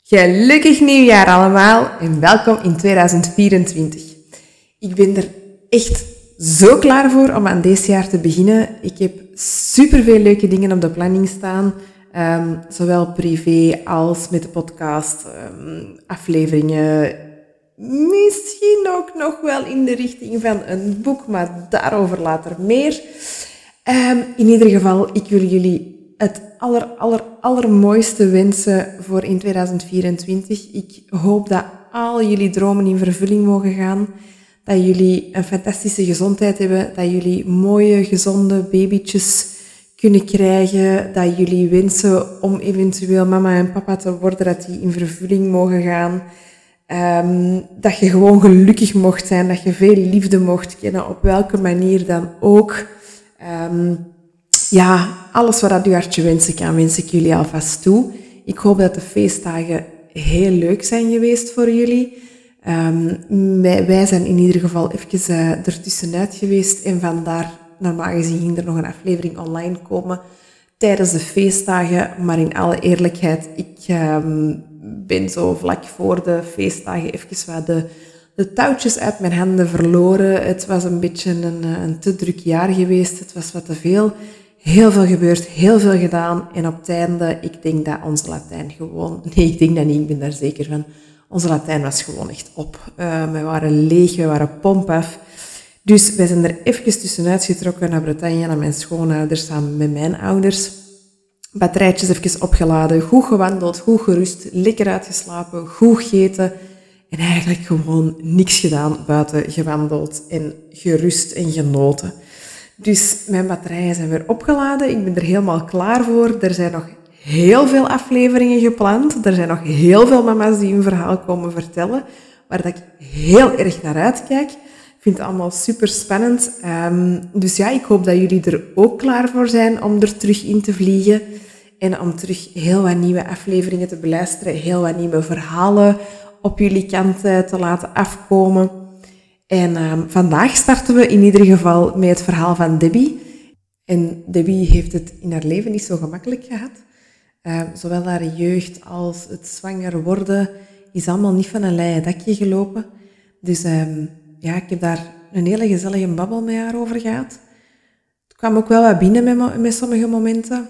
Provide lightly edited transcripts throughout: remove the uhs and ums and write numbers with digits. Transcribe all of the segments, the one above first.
Gelukkig nieuwjaar allemaal en welkom in 2024. Ik ben er echt zo klaar voor om aan deze jaar te beginnen. Ik heb superveel leuke dingen op de planning staan. Zowel privé als met de podcast, afleveringen. Misschien ook nog wel in de richting van een boek, maar daarover later meer. In ieder geval, ik wil jullie het allermooiste wensen voor in 2024. Ik hoop dat al jullie dromen in vervulling mogen gaan. Dat jullie een fantastische gezondheid hebben. Dat jullie mooie, gezonde babytjes kunnen krijgen. Dat jullie wensen om eventueel mama en papa te worden, dat die in vervulling mogen gaan. Dat je gewoon gelukkig mocht zijn. Dat je veel liefde mocht kennen, op welke manier dan ook. Alles wat uw hartje wensen kan, wens ik jullie alvast toe. Ik hoop dat de feestdagen heel leuk zijn geweest voor jullie. Wij zijn in ieder geval even ertussenuit geweest en vandaar, normaal gezien, ging er nog een aflevering online komen tijdens de feestdagen. Maar in alle eerlijkheid, ik ben zo vlak voor de feestdagen even wat de touwtjes uit mijn handen verloren. Het was een beetje een te druk jaar geweest. Het was wat te veel. Heel veel gebeurd, heel veel gedaan. En op het einde, ik denk dat onze Latijn gewoon... Nee, ik denk dat niet, ik ben daar zeker van. Onze Latijn was gewoon echt op. We waren leeg, we waren pomp af. Dus wij zijn er even tussenuit getrokken naar Bretagne, naar mijn schoonouders, samen met mijn ouders. Batterijtjes even opgeladen, goed gewandeld, goed gerust, lekker uitgeslapen, goed gegeten. En eigenlijk gewoon niks gedaan buiten gewandeld en gerust en genoten. Dus mijn batterijen zijn weer opgeladen. Ik ben er helemaal klaar voor. Er zijn nog heel veel afleveringen gepland. Er zijn nog heel veel mama's die hun verhaal komen vertellen, waar dat ik heel erg naar uitkijk. Ik vind het allemaal super spannend. Dus ja, ik hoop dat jullie er ook klaar voor zijn om er terug in te vliegen. En om terug heel wat nieuwe afleveringen te beluisteren. Heel wat nieuwe verhalen op jullie kant te laten afkomen. En vandaag starten we in ieder geval met het verhaal van Debbie. En Debbie heeft het in haar leven niet zo gemakkelijk gehad. Zowel haar jeugd als het zwanger worden is allemaal niet van een leien dakje gelopen. Dus ik heb daar een hele gezellige babbel met haar over gehad. Het kwam ook wel wat binnen met sommige momenten.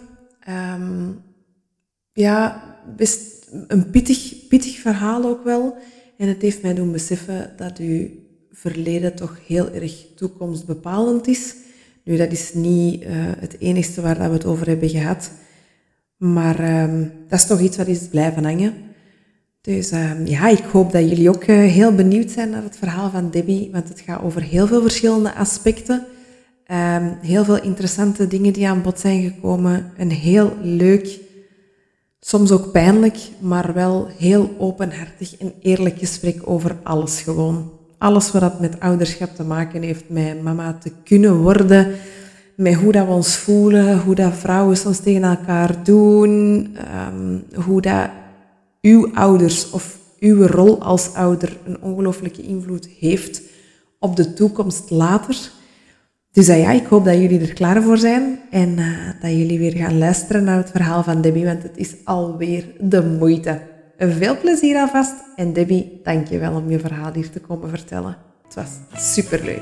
Best een pittig verhaal ook wel. En het heeft mij doen beseffen dat uw verleden toch heel erg toekomstbepalend is. Nu, dat is niet het enigste waar dat we het over hebben gehad. Maar dat is toch iets wat is blijven hangen. Dus ik hoop dat jullie ook heel benieuwd zijn naar het verhaal van Debbie. Want het gaat over heel veel verschillende aspecten. Heel veel interessante dingen die aan bod zijn gekomen. Een heel leuk, soms ook pijnlijk, maar wel heel openhartig en eerlijk gesprek over alles gewoon. Alles wat met ouderschap te maken heeft, met mama te kunnen worden, met hoe dat we ons voelen, hoe dat vrouwen soms tegen elkaar doen, hoe dat uw ouders of uw rol als ouder een ongelooflijke invloed heeft op de toekomst later. Dus ik hoop dat jullie er klaar voor zijn en dat jullie weer gaan luisteren naar het verhaal van Debbie, want het is alweer de moeite. Veel plezier alvast en Debbie, dank je wel om je verhaal hier te komen vertellen. Het was superleuk.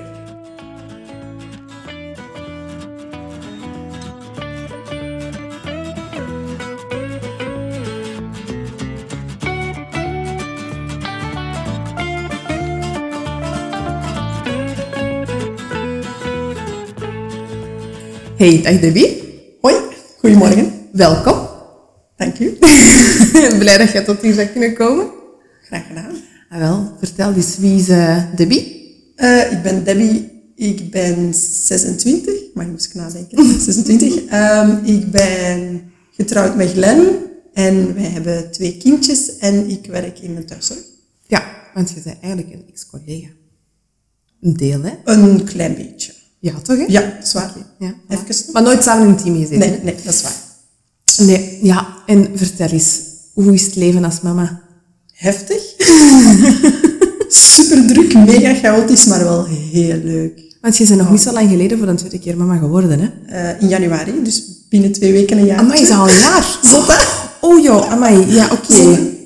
Hey, dag Debbie. Hoi, goedemorgen. Welkom. Dank u. Blij dat je tot hier bent kunnen komen. Graag gedaan. Wel, vertel eens, wie is Debbie? Ik ben Debbie, ik ben 26, maar ik moest nadenken, 26. Ik ben getrouwd met Glenn en wij hebben 2 kindjes en ik werk in de thuiszorg. Ja, want je bent eigenlijk een ex-collega. Een deel, hè? Een klein beetje. Ja, toch, hè? Ja, dat is waar. Okay, ja. Even. Maar nooit samen in een team gezeten? Nee, dat is waar. Nee, ja. En vertel eens, hoe is het leven als mama? Heftig. Super druk, mega chaotisch, maar wel heel leuk. Want je bent nog niet zo lang geleden voor een 2e keer mama geworden, hè? In januari, dus binnen 2 weken een jaar. Amai, is al een jaar? Zot, hè? Oh joh, amai, ja, oké.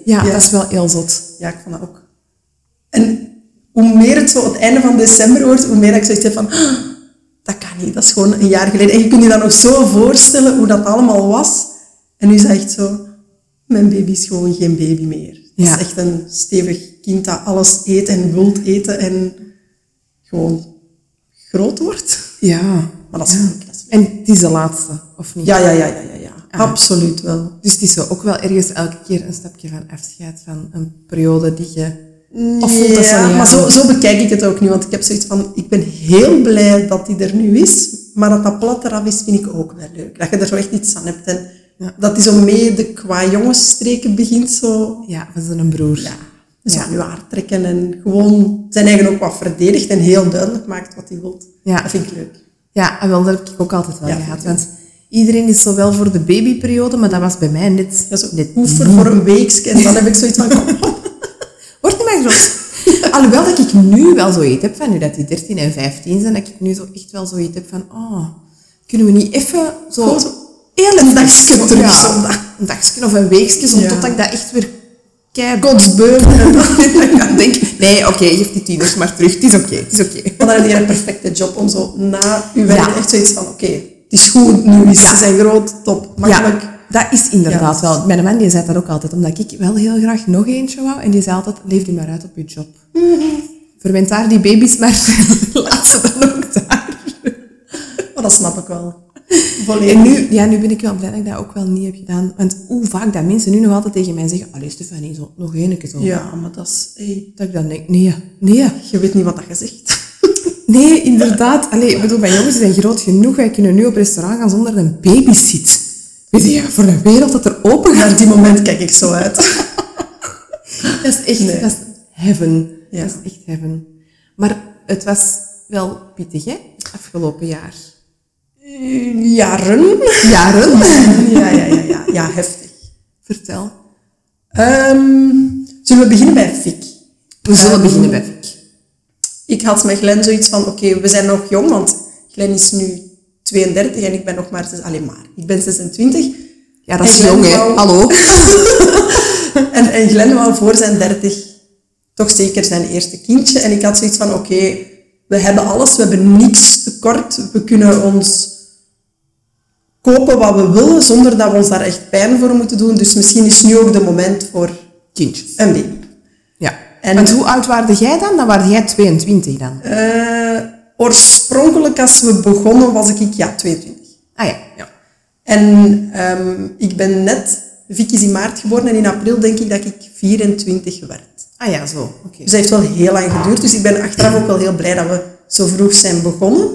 Ja, dat is wel heel zot. Ja, ik vond dat ook. En hoe meer het zo het einde van december wordt, hoe meer ik zoiets heb van... dat kan niet, dat is gewoon een jaar geleden. En je kunt je dan nog zo voorstellen hoe dat allemaal was. En nu is het echt zo... Mijn baby is gewoon geen baby meer. Het is echt een stevig kind dat alles eet en wil eten en gewoon groot wordt. Ja. Maar dat is leuk. En het is de laatste, of niet? Ja. Absoluut wel. Dus het is zo ook wel ergens elke keer een stapje van afscheid van een periode die je... Of voelt dat zo niet maar aan? zo bekijk ik het ook niet. Want ik heb zoiets van... Ik ben heel blij dat die er nu is. Maar dat plat eraf is, vind ik ook wel leuk. Dat je er zo echt iets aan hebt. En dat die zo mee de qua jongensstreken begint zo... Ja, van zijn broer. Ja. Dus aan je haar trekken en gewoon zijn eigen ook wat verdedigt en heel duidelijk maakt wat hij wil. Ja. Dat vind ik leuk. Ja, en wel, dat heb ik ook altijd wel gehad. Want iedereen is zo wel voor de babyperiode, maar dat was bij mij net... Ja, zo oefen voor een weekje en dan heb ik zoiets van... Wordt niet meer groot. Alhoewel dat ik nu wel zoiets heb van, nu dat die 13 en 15 zijn, dat ik nu zo echt wel zoiets heb van, kunnen we niet even zo... Heel een dagje terug zondag. Een dagje of een weekje, totdat ik dat echt weer godsbeuk. En dan denk ik, nee, oké, geef die tieners maar terug, het is oké. Maar dan heb je een perfecte job om zo na je werk echt zoiets van, oké, het is goed, nu is ze zijn groot, top, makkelijk. Ja, dat is inderdaad wel. Mijn man die zei dat ook altijd, omdat ik wel heel graag nog eentje wou. En die zei altijd, leef die maar uit op je job. Verwend daar die baby's maar, laat ze dan ook daar. Maar dat snap ik wel. Volledig. En nu ben ik wel blij dat ik dat ook wel niet heb gedaan. Want hoe vaak dat mensen nu nog altijd tegen mij zeggen, allee Stefanie, zo, nog één keer zo. Ja, maar dat is... Dat ik dan denk, nee. Je weet niet wat dat je zegt. Nee, inderdaad. Allee, ik bedoel, mijn jongens zijn groot genoeg. Wij kunnen nu op restaurant gaan zonder een babysit. Weet je, voor de wereld dat er open gaat. Naar die moment kijk ik zo uit. Dat is echt, dat is heaven. Ja. Dat is echt heaven. Maar het was wel pittig, hè? Afgelopen jaar. Jaren? Ja, heftig. Vertel. Zullen we beginnen bij Fik? We zullen beginnen bij Fik. Ik had met Glenn zoiets van, oké, we zijn nog jong, want Glenn is nu 32 en ik ben nog maar... ik ben 26. Ja, dat is jong, hè? Hallo. en Glenn wou voor zijn 30 toch zeker zijn eerste kindje. En ik had zoiets van, oké, we hebben alles, we hebben niks tekort. We kunnen ons kopen wat we willen, zonder dat we ons daar echt pijn voor moeten doen. Dus misschien is nu ook de moment voor kindjes. Een baby. Ja. Want hoe oud waren jij dan? Dan waren jij 22 dan? Oorspronkelijk, als we begonnen, was ik 22. Ah ja. En ik ben net... Vicky is in maart geboren en in april denk ik dat ik 24 werd. Ah ja, zo. Okay. Dus dat heeft wel heel lang geduurd. Dus ik ben achteraf ook wel heel blij dat we zo vroeg zijn begonnen.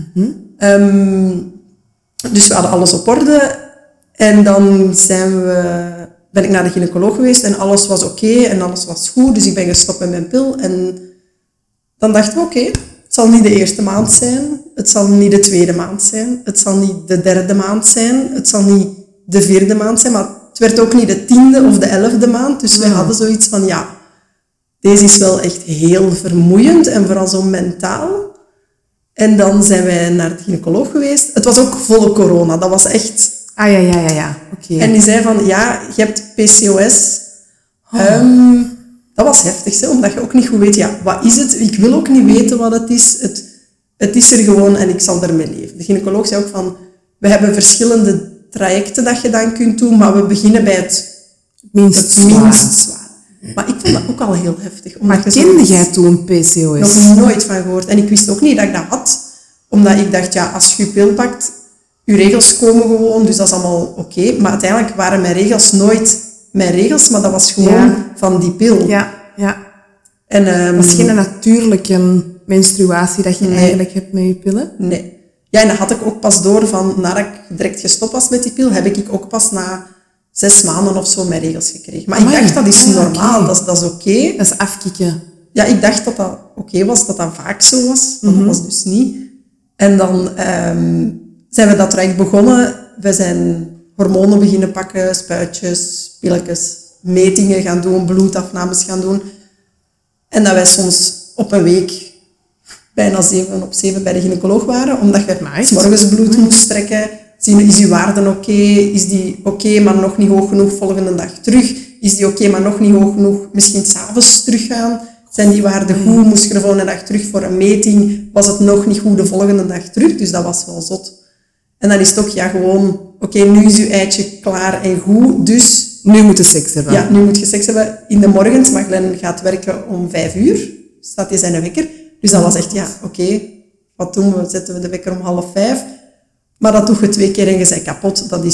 Dus we hadden alles op orde. En dan ben ik naar de gynaecoloog geweest en alles was oké en alles was goed. Dus ik ben gestopt met mijn pil. En dan dachten we, oké, het zal niet de eerste maand zijn. Het zal niet de tweede maand zijn. Het zal niet de derde maand zijn. Het zal niet de vierde maand zijn. Maar het werd ook niet de 10e of de 11e maand. Dus wij hadden zoiets van, ja, deze is wel echt heel vermoeiend. En vooral zo mentaal. En dan zijn wij naar de gynaecoloog geweest. Het was ook volle corona. Dat was echt... Ah ja. Oké. En die zei van, ja, je hebt PCOS. Dat was heftig, hè, omdat je ook niet goed weet, ja, wat is het? Ik wil ook niet weten wat het is. Het is er gewoon en ik zal ermee leven. De gynaecoloog zei ook van, we hebben verschillende trajecten dat je dan kunt doen, maar we beginnen bij het minst zwaar. Maar ik vond dat ook al heel heftig. Maar kende jij toen PCOS? Nog nooit van gehoord. En ik wist ook niet dat ik dat had. Omdat ik dacht, ja, als je pil pakt, je regels komen gewoon, dus dat is allemaal oké. Maar uiteindelijk waren mijn regels nooit mijn regels, maar dat was gewoon van die pil. Ja. En, dat is geen natuurlijke menstruatie dat je eigenlijk hebt met je pillen? Nee. Ja, en dat had ik ook pas door van, nadat ik direct gestopt was met die pil, heb ik ook pas na 6 maanden of zo mijn regels gekregen. Maar ik dacht, dat is normaal, dat is oké. Dat is afkicken. Ja, ik dacht dat dat oké was, dat dat vaak zo was. Maar dat was dus niet. En dan zijn we dat traject begonnen. We zijn hormonen beginnen pakken, spuitjes, pilletjes, metingen gaan doen, bloedafnames gaan doen. En dat wij soms op een week bijna 7 op 7 bij de gynaecoloog waren, omdat je 's morgens bloed moest trekken. Zien, is je waarde oké? Is die oké, maar nog niet hoog genoeg volgende dag terug? Is die oké, maar nog niet hoog genoeg? Misschien 's avonds teruggaan? Zijn die waarden goed? Moest je de volgende dag terug voor een meting? Was het nog niet goed de volgende dag terug? Dus dat was wel zot. En dan is het ook gewoon... Oké, nu is je eitje klaar en goed, dus... Nu moet je seks hebben. Ja, nu moet je seks hebben. In de morgens, maar Glenn gaat werken om 5:00. Staat hij zijn wekker. Dus dat was echt, oké, wat doen we? Zetten we de wekker om 4:30. Maar dat doe je 2 keer en je bent kapot. Dat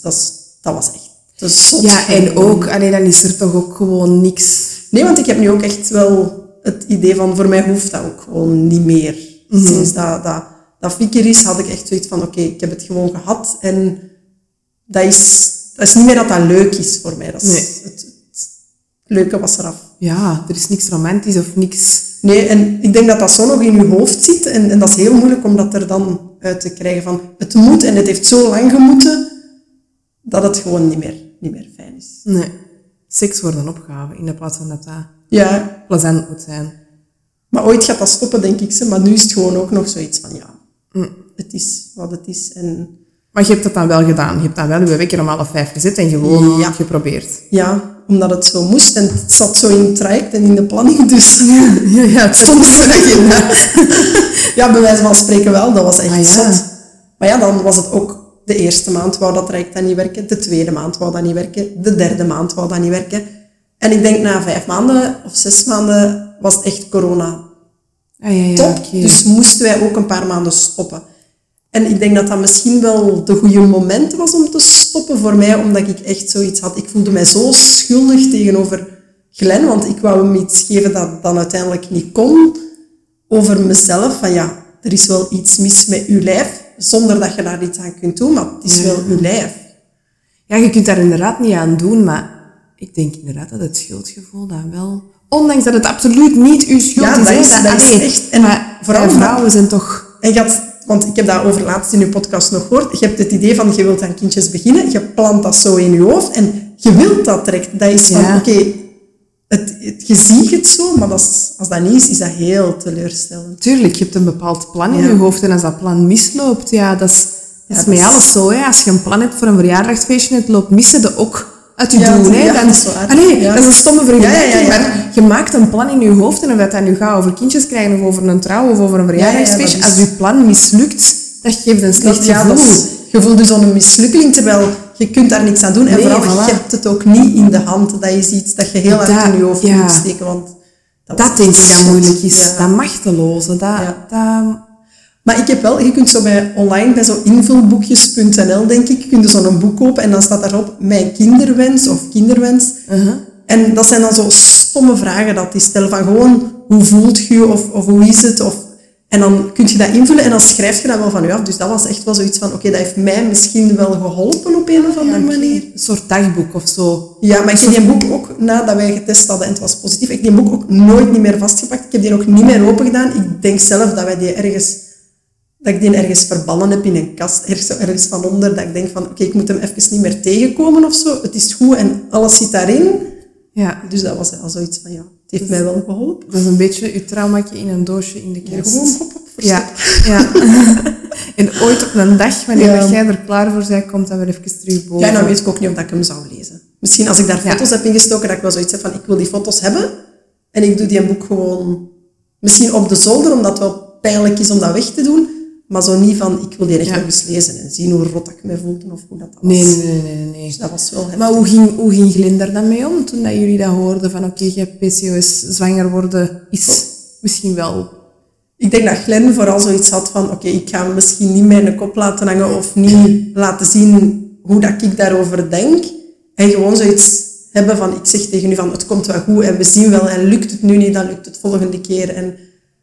was echt te zot. Ja, en ook, dan is er toch ook gewoon niks... Nee, want ik heb nu ook echt wel het idee van, voor mij hoeft dat ook gewoon niet meer. Sinds dat Vicker is, had ik echt zoiets van, oké, ik heb het gewoon gehad. En dat is niet meer dat leuk is voor mij. Het leuke was eraf. Ja, er is niks romantisch of niks... Nee, en ik denk dat dat zo nog in je hoofd zit. En dat is heel moeilijk om dat er dan uit te krijgen van... Het moet en het heeft zo lang gemoeten, dat het gewoon niet meer fijn is. Nee. Seks wordt een opgave, in de plaats van dat plezant moet zijn. Maar ooit gaat dat stoppen, denk ik. Maar nu is het gewoon ook nog zoiets van, het is wat het is. Maar je hebt het dan wel gedaan. Je hebt dan wel je wekker om 4:30 gezet en gewoon geprobeerd. Ja, omdat het zo moest. En het zat zo in het traject en in de planning, dus... Ja, het stond op de agenda. Ja, bij wijze van spreken wel. Dat was echt zot. Maar ja, dan was het ook... De eerste maand wou dat traject dan niet werken. De tweede maand wou dat niet werken. De derde maand wou dat niet werken. En ik denk na 5 maanden of 6 maanden was het echt corona. Top. Okay. Dus moesten wij ook een paar maanden stoppen. En ik denk dat dat misschien wel de goede moment was om te stoppen voor mij, omdat ik echt zoiets had. Ik voelde mij zo schuldig tegenover Glenn, want ik wou hem iets geven dat dan uiteindelijk niet kon. Over mezelf, van er is wel iets mis met uw lijf, zonder dat je daar iets aan kunt doen, maar het is wel uw lijf. Ja, je kunt daar inderdaad niet aan doen, maar ik denk inderdaad dat het schuldgevoel dan wel... Ondanks dat het absoluut niet uw schuld is. Ja, dat is echt... En maar vooral vrouwen zijn toch... Want ik heb dat over laatst in uw podcast nog gehoord. Je hebt het idee van, je wilt aan kindjes beginnen. Je plant dat zo in je hoofd. En je wilt dat direct. Dat is van, oké, je ziet het zo. Maar als dat niet is dat heel teleurstellend. Tuurlijk, je hebt een bepaald plan in je hoofd. En als dat plan misloopt, dat is met alles zo. Hè. Als je een plan hebt voor een verjaardagsfeestje en het loopt mis, zit je ook uit je doen. Hè. Dat is waar. Dat is een stomme vergelijking. Maar je maakt een plan in je hoofd. En of dat nu gaat over kindjes krijgen of over een trouw of over een verjaardagsfeestje. Als je plan mislukt, dat geeft een slecht gevoel. Je voelt dus zo'n mislukking, terwijl je kunt daar niks aan doen. En vooral, je hebt het ook niet in de hand. Dat is iets dat je heel hard in je hoofd moet steken. Want dat denk ik dat moeilijk is. Dat machteloze. Maar ik heb wel, je kunt zo online bij zo invulboekjes.nl, denk ik, kun je zo'n boek kopen en dan staat daarop mijn kinderwens of kinderwens. En dat zijn dan zo stomme vragen dat die stellen van gewoon, hoe voelt je of hoe is het? En dan kun je dat invullen en dan schrijf je dat wel van je af. Dus dat was echt wel zoiets van, oké, dat heeft mij misschien wel geholpen op een of andere manier. Een soort dagboek of zo. Ja, maar ik heb die boek ook, nadat wij getest hadden en het was positief, ik heb die boek ook nooit niet meer vastgepakt. Ik heb die ook niet meer open gedaan. Ik denk zelf dat ik die ergens verbannen heb in een kast, ergens van onder, dat ik denk van, oké, ik moet hem even niet meer tegenkomen of zo. Het is goed en alles zit daarin. Ja. Dus dat was al zoiets van, het heeft mij wel geholpen. Dat is een beetje je traumaatje in een doosje in de kast. Gewoon hop, ja. En ooit op een dag, wanneer jij er klaar voor bent, komt dat weer even terug boven. Ja, dan weet ik ook niet of ik hem zou lezen. Misschien als ik daar foto's heb ingestoken, dat ik wel zoiets heb van, ik wil die foto's hebben. En ik doe die boek gewoon, misschien op de zolder, omdat het wel pijnlijk is om dat weg te doen. Maar zo niet van, ik wil die echt nog eens lezen en zien hoe rot ik me voelde of hoe dat was. Nee. Dus dat was wel heftig. Maar hoe ging Glenn daar dan mee om toen dat jullie dat hoorden van oké, je hebt PCOS, zwanger worden is misschien wel... Ik denk dat Glenn vooral zoiets had van oké, ik ga hem misschien niet mijn kop laten hangen of niet laten zien hoe dat ik daarover denk. En gewoon zoiets hebben van, ik zeg tegen u van, het komt wel goed en we zien wel en lukt het nu niet, dan lukt het volgende keer. En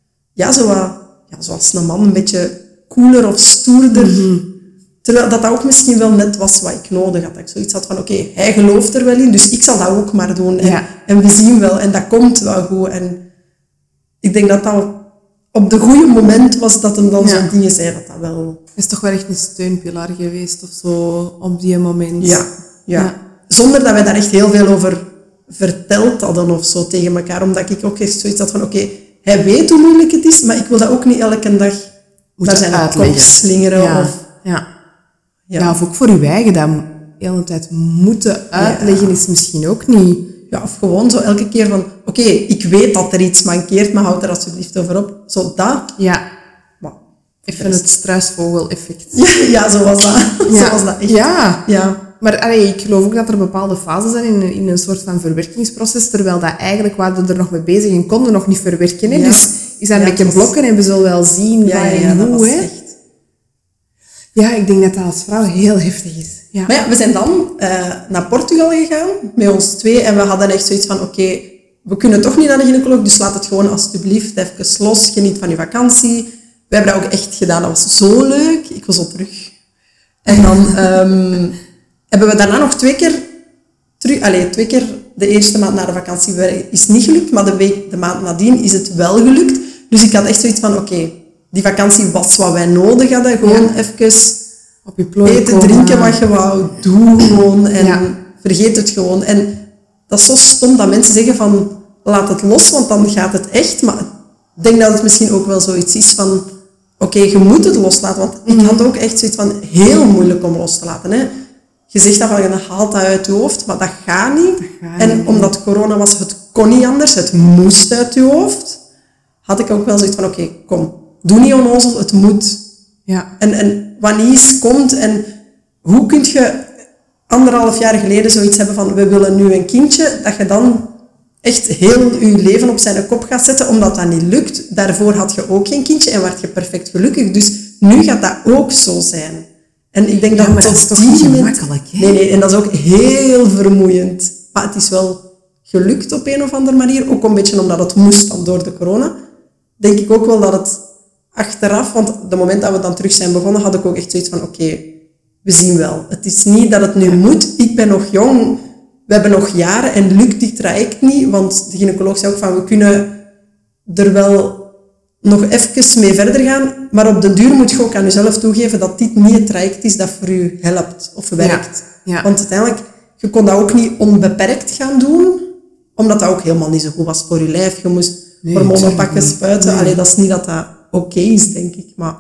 zoals een man een beetje cooler of stoerder. Terwijl dat ook misschien wel net was wat ik nodig had. Dat ik zoiets had van, oké, hij gelooft er wel in, dus ik zal dat ook maar doen. En we zien wel, en dat komt wel goed. En ik denk dat dat op de goede moment was dat hem dan zo'n dingen zei, dat wel... Is toch wel echt een steunpilaar geweest of zo op die moment? Ja. Zonder dat wij daar echt heel veel over verteld hadden of zo tegen elkaar. Omdat ik ook echt zoiets had van, oké, hij weet hoe moeilijk het is, maar ik wil dat ook niet elke dag naar zijn kop slingeren. Ja, of ook voor uw eigen. hele tijd moeten uitleggen is misschien ook niet... Ja, of gewoon zo elke keer van... Oké, ik weet dat er iets mankeert, maar houd er alsjeblieft over op. Zo dat. Ja. Maar, Even het struisvogel-effect. Ja, zo was dat. Ja. Zo was dat echt. Ja. Maar ik geloof ook dat er bepaalde fases zijn in een soort van verwerkingsproces, terwijl dat eigenlijk waren we er nog mee bezig en konden nog niet verwerken. Hè? Ja. Dus je zijn een beetje blokken en we zullen wel zien waar en hoe. Hè? Echt. Ja, ik denk dat dat als vrouw heel heftig is. Ja. Maar ja, we zijn dan naar Portugal gegaan, met ons 2. En we hadden echt zoiets van, oké, we kunnen toch niet naar de gynaecoloog, dus laat het gewoon alsjeblieft even los. Geniet van je vakantie. We hebben dat ook echt gedaan. Dat was zo leuk. Ik was al terug. En dan hebben we daarna nog 2 keer de eerste maand na de vakantie is niet gelukt, maar de maand nadien is het wel gelukt. Dus ik had echt zoiets van, oké, die vakantie was wat wij nodig hadden. Gewoon even op je plooi eten, komen. drinken wat je wou. Doe gewoon en vergeet het gewoon. En dat is zo stom dat mensen zeggen van, laat het los, want dan gaat het echt. Maar ik denk dat het misschien ook wel zoiets is van, oké, je moet het loslaten. Want ik had ook echt zoiets van, heel moeilijk om los te laten. Hè. Je zegt dat van, je haalt dat uit je hoofd, maar dat gaat niet. Omdat corona was, het kon niet anders, het moest uit je hoofd. Had ik ook wel zoiets van, oké, kom, doe niet onnozel, het moet. Ja. En wanneer iets komt en hoe kun je 1,5 jaar geleden zoiets hebben van, we willen nu een kindje, dat je dan echt heel je leven op zijn kop gaat zetten, omdat dat niet lukt. Daarvoor had je ook geen kindje en werd je perfect gelukkig. Dus nu gaat dat ook zo zijn. En ik denk dat maar dat is toch niet gemakkelijk, hè? Nee, en dat is ook heel vermoeiend. Maar het is wel gelukt op een of andere manier. Ook een beetje omdat het moest dan door de corona. Denk ik ook wel dat het achteraf, want op het moment dat we dan terug zijn begonnen, had ik ook echt zoiets van, oké, we zien wel. Het is niet dat het nu moet. Ik ben nog jong. We hebben nog jaren en lukt dit traject niet. Want de gynaecoloog zei ook van, we kunnen er wel nog even mee verder gaan. Maar op den duur moet je ook aan jezelf toegeven dat dit niet het traject is dat voor je helpt of werkt. Ja. Want uiteindelijk, je kon dat ook niet onbeperkt gaan doen. Omdat dat ook helemaal niet zo goed was voor je lijf. Je moest hormonen pakken, spuiten. Nee. Allee, dat is niet dat dat oké is, denk ik. Maar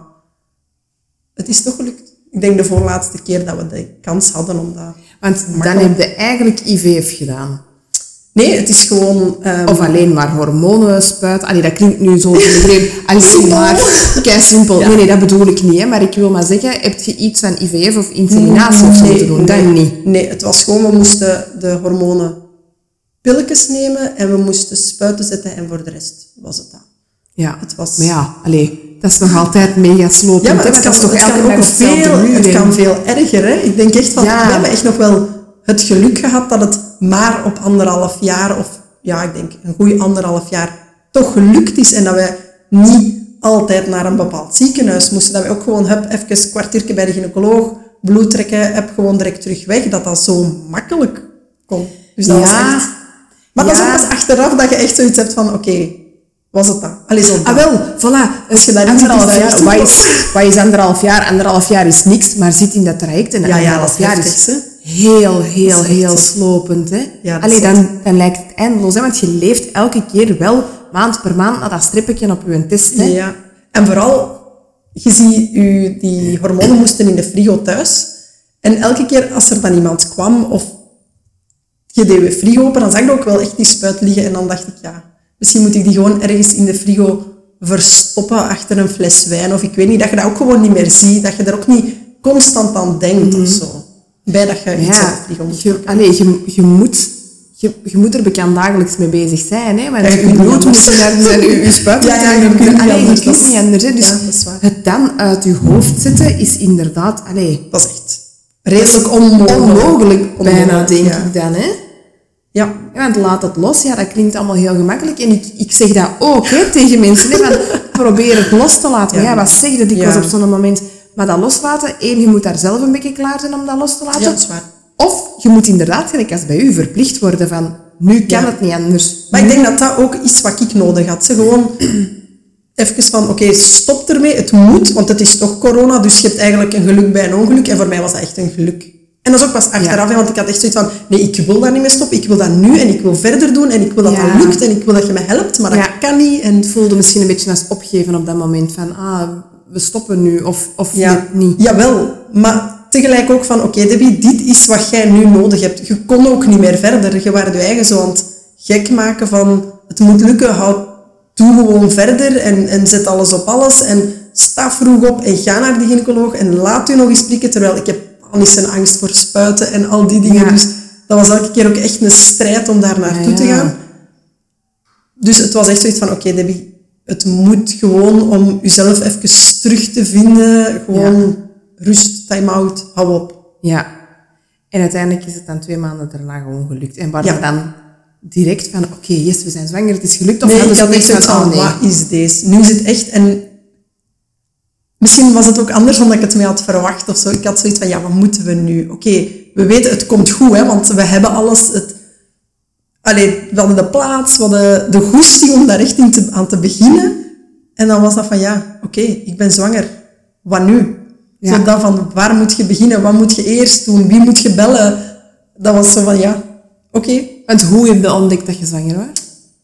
het is toch gelukt. Ik denk de voorlaatste keer dat we de kans hadden om dat... Want dan heb je eigenlijk IVF gedaan. Nee, het is gewoon... Of alleen maar hormonen spuiten. Allee, dat klinkt nu zo iedereen. Alleen maar kei simpel. Ja. Nee, dat bedoel ik niet. Hè. Maar ik wil maar zeggen, heb je iets van IVF of inseminatie of zo te doen? Dat niet. Nee, het was gewoon, we moesten de hormonen pilletjes nemen en we moesten spuiten zetten en voor de rest was het dat. Ja, Het was... maar ja, dat is nog altijd mega slopend. Ja, maar hè, het want kan, dat is toch het kan elke ook dag hetzelfde veel, muur, het hè. kan veel erger. Hè? Ik denk echt van, we hebben echt nog wel het geluk gehad dat het maar op 1,5 jaar, of ja, ik denk een goeie 1,5 jaar, toch gelukt is. En dat wij niet altijd naar een bepaald ziekenhuis moesten. Dat we ook gewoon, even een kwartiertje bij de gynaecoloog, bloed trekken, gewoon direct terug weg. Dat dat zo makkelijk kon. Dus dat was echt... Maar dat is ook pas achteraf dat je echt zoiets hebt van, oké, was het dat? Allee, zo Ah wel, voilà. Als je dat niet Anderhalf ziet, is jaar, dat echt wat is 1,5 jaar? 1,5 jaar is niks, maar zit in dat traject. En 1,5 dat is jaar heftig, is hè? heel slopend. Hè? Ja, dat Allee, is dan lijkt het eindeloos, hè? Want je leeft elke keer wel maand per maand naar dat streppetje op je test. Hè? Ja, en vooral, je ziet, die hormonen moesten in de frigo thuis. En elke keer als er dan iemand kwam, of je deed je frigo open, dan zag je ook wel echt die spuit liggen. En dan dacht ik, ja, misschien moet ik die gewoon ergens in de frigo verstoppen achter een fles wijn. Of ik weet niet, dat je dat ook gewoon niet meer ziet. Dat je er ook niet constant aan denkt of zo. Bij dat je iets uit de frigo moet pakken. Je moet er bekend dagelijks mee bezig zijn, hè? Want Ja, je je kunt niet bloed anders. moet naar je spuit. Ja, je kunt niet anders. je kunt niet anders. Hè? Dus Ja, dat is waar. het dan uit je hoofd zetten is inderdaad... Dat is echt redelijk onmogelijk. bijna, denk Ja. ik dan. Hè? Ja. Ja, want laat het los, ja, dat klinkt allemaal heel gemakkelijk. En ik zeg dat ook hè, tegen mensen. Hè, van, probeer het los te laten. Maar ja, wat zeg je dikwijls op zo'n moment? Maar dat loslaten, je moet daar zelf een beetje klaar zijn om dat los te laten. Ja, dat is waar. Of je moet inderdaad, gelijk als bij u, verplicht worden van, nu kan het niet anders. Maar ik denk dat dat ook is wat ik nodig had. Ze gewoon even van, oké, stop ermee. Het moet, want het is toch corona. Dus je hebt eigenlijk een geluk bij een ongeluk. En voor mij was dat echt een geluk. En dat is ook pas achteraf, hè, want ik had echt zoiets van, nee, ik wil daar niet mee stoppen. Ik wil dat nu en ik wil verder doen. En ik wil dat dat lukt en ik wil dat je me helpt. Maar dat kan niet. En Het voelde misschien een beetje als opgeven op dat moment. Van, we stoppen nu of ja, niet. Jawel, maar tegelijk ook van, oké, Debbie, dit is wat jij nu nodig hebt. Je kon ook niet meer verder. Je was je eigen zo aan het gek maken van, het moet lukken, doe gewoon verder en zet alles op alles. En sta vroeg op en ga naar de gynaecoloog en laat u nog eens prikken. Terwijl ik heb panisch en angst voor spuiten en al die dingen. Ja. Dus dat was elke keer ook echt een strijd om daar naartoe te gaan. Dus het was echt zoiets van, oké, Debbie, het moet gewoon om jezelf even terug te vinden. Gewoon rust, time-out, hou op. Ja. En uiteindelijk is het dan 2 maanden daarna gewoon gelukt. En waar we dan direct van, oké, yes, we zijn zwanger, het is gelukt. Of nee, ik had echt zoiets van, wat is deze? Nu is het echt... En misschien was het ook anders dan ik het mee had verwacht of zo. Ik had zoiets van, ja, wat moeten we nu? Oké, we weten, het komt goed, hè, want we hebben alles... we hadden de plaats, we hadden de goesting om daar echt aan te beginnen. En dan was dat van, ja, oké, ik ben zwanger. Wat nu? Ja. Zo dat van, waar moet je beginnen? Wat moet je eerst doen? Wie moet je bellen? Dat was zo van, ja, oké. Want hoe heb je ontdekt dat je zwanger was?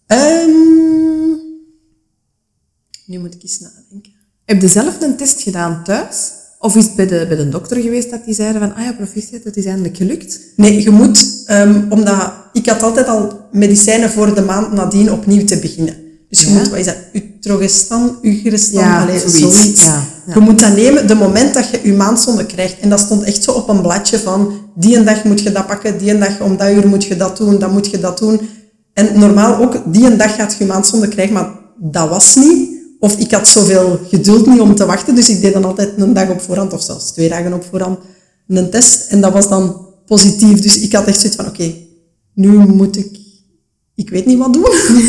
Nu moet ik eens nadenken. Heb je zelf een test gedaan thuis? Of is het bij de dokter geweest dat die zeiden van, proficiat, het is eindelijk gelukt? Nee, je moet, omdat ik had altijd al medicijnen voor de maand nadien opnieuw te beginnen. Dus je moet, wat is dat, utrogestan, zoiets. Ja. Je moet dat nemen de moment dat je je maandzonde krijgt. En dat stond echt zo op een bladje van, die een dag moet je dat pakken, die een dag om dat uur moet je dat doen, dan moet je dat doen. En normaal ook, die een dag gaat je maandzonde krijgen, maar dat was niet. Of ik had zoveel geduld niet om te wachten, dus ik deed dan altijd een dag op voorhand, of zelfs 2 dagen op voorhand, een test. En dat was dan positief. Dus ik had echt zoiets van, oké, nu moet ik weet niet wat doen.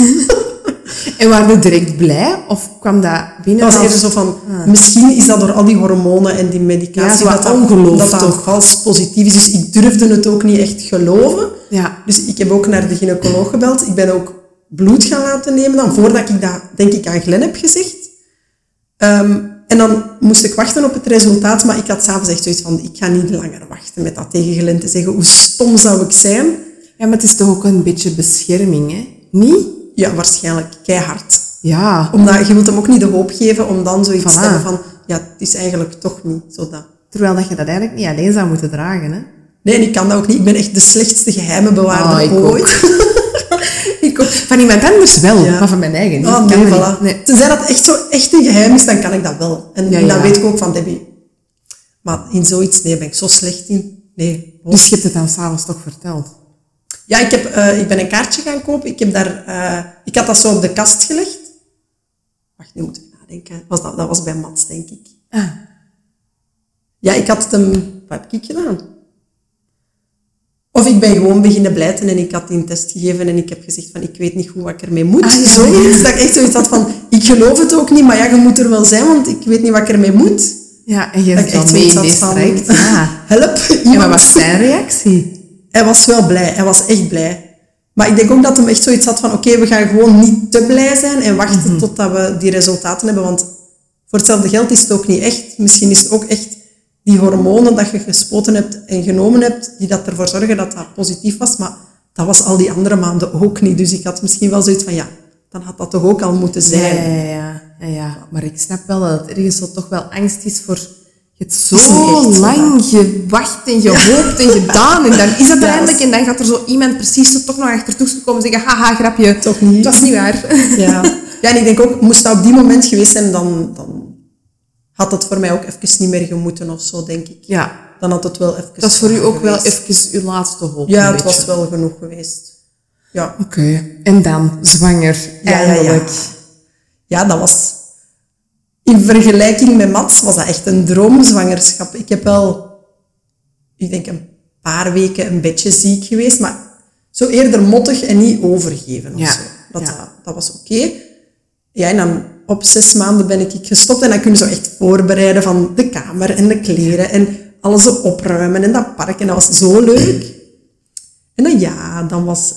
En waren je direct blij? Of kwam dat binnen? Dat was eerder zo van, misschien is dat door al die hormonen en die medicatie, dat toch vals positief is. Dus ik durfde het ook niet echt geloven. Ja. Dus ik heb ook naar de gynaecoloog gebeld. Ik ben ook bloed gaan laten nemen dan, voordat ik dat, denk ik, aan Glenn heb gezegd. En dan moest ik wachten op het resultaat, maar ik had s'avonds echt zoiets van, ik ga niet langer wachten met dat tegen Glenn te zeggen. Hoe stom zou ik zijn? Ja, maar het is toch ook een beetje bescherming, hè? Niet? Ja, waarschijnlijk. Keihard. Ja. Omdat je wilt hem ook niet de hoop geven om dan zoiets te hebben van, ja, het is eigenlijk toch niet zo dat. Terwijl dat je dat eigenlijk niet alleen zou moeten dragen, hè? Nee, en ik kan dat ook niet. Ik ben echt de slechtste geheimenbewaarder ooit. Ik ook. Van iemand anders wel, maar van mijn eigen niet. Oh, nee, voilà. Nee. Tenzij dat echt een geheim is, dan kan ik dat wel. En dan weet ik ook van, Debbie. Maar in zoiets, nee, ben ik zo slecht in. Nee. Dus je hebt het dan s'avonds toch verteld? Ja, ik ben een kaartje gaan kopen. Ik had dat zo op de kast gelegd. Wacht, nu moet ik nadenken. Dat was bij Mats, denk ik. Ja, ik had het hem... Wat heb ik gedaan? Of ik ben gewoon beginnen blijten en ik had die een test gegeven en ik heb gezegd van, ik weet niet goed wat ik ermee moet. Zoiets, dat ik echt zoiets had van, ik geloof het ook niet, maar ja, je moet er wel zijn, want ik weet niet wat ik ermee moet. Ja, en je hebt echt mee in deze traject. Help, iemand. Ja, maar wat was zijn reactie? Hij was wel blij, hij was echt blij. Maar ik denk ook dat hij echt zoiets had van, oké, we gaan gewoon niet te blij zijn en wachten totdat we die resultaten hebben, want voor hetzelfde geld is het ook niet echt. Misschien is het ook echt die hormonen dat je gespoten hebt en genomen hebt, die dat ervoor zorgen dat dat positief was, maar dat was al die andere maanden ook niet. Dus ik had misschien wel zoiets van, ja, dan had dat toch ook al moeten zijn. Ja. Maar ik snap wel dat het ergens zo toch wel angst is voor... Je hebt zo lang gewacht en gehoopt en gedaan. En dan is het eindelijk. En dan gaat er zo iemand precies zo toch nog achtertoe komen en zeggen, haha, grapje. Toch niet. Het was niet waar. Ja, en ik denk ook, moest dat op die moment geweest zijn, dan had het voor mij ook even niet meer gemoeten of zo, denk ik. Ja. Dan had het wel even... Dat is voor u ook wel even uw laatste hoop. Ja, het was wel genoeg geweest. Ja. Oké. En dan, zwanger. Eindelijk. Ja, dat was... In vergelijking met Mats was dat echt een droomzwangerschap. Ik heb wel, ik denk een paar weken een beetje ziek geweest, maar zo eerder mottig en niet overgeven of zo. Dat was oké. Ja, en dan op 6 maanden ben ik gestopt en dan kun je zo echt voorbereiden van de kamer en de kleren en alles zo opruimen en dat park. En dat was zo leuk. En dan was...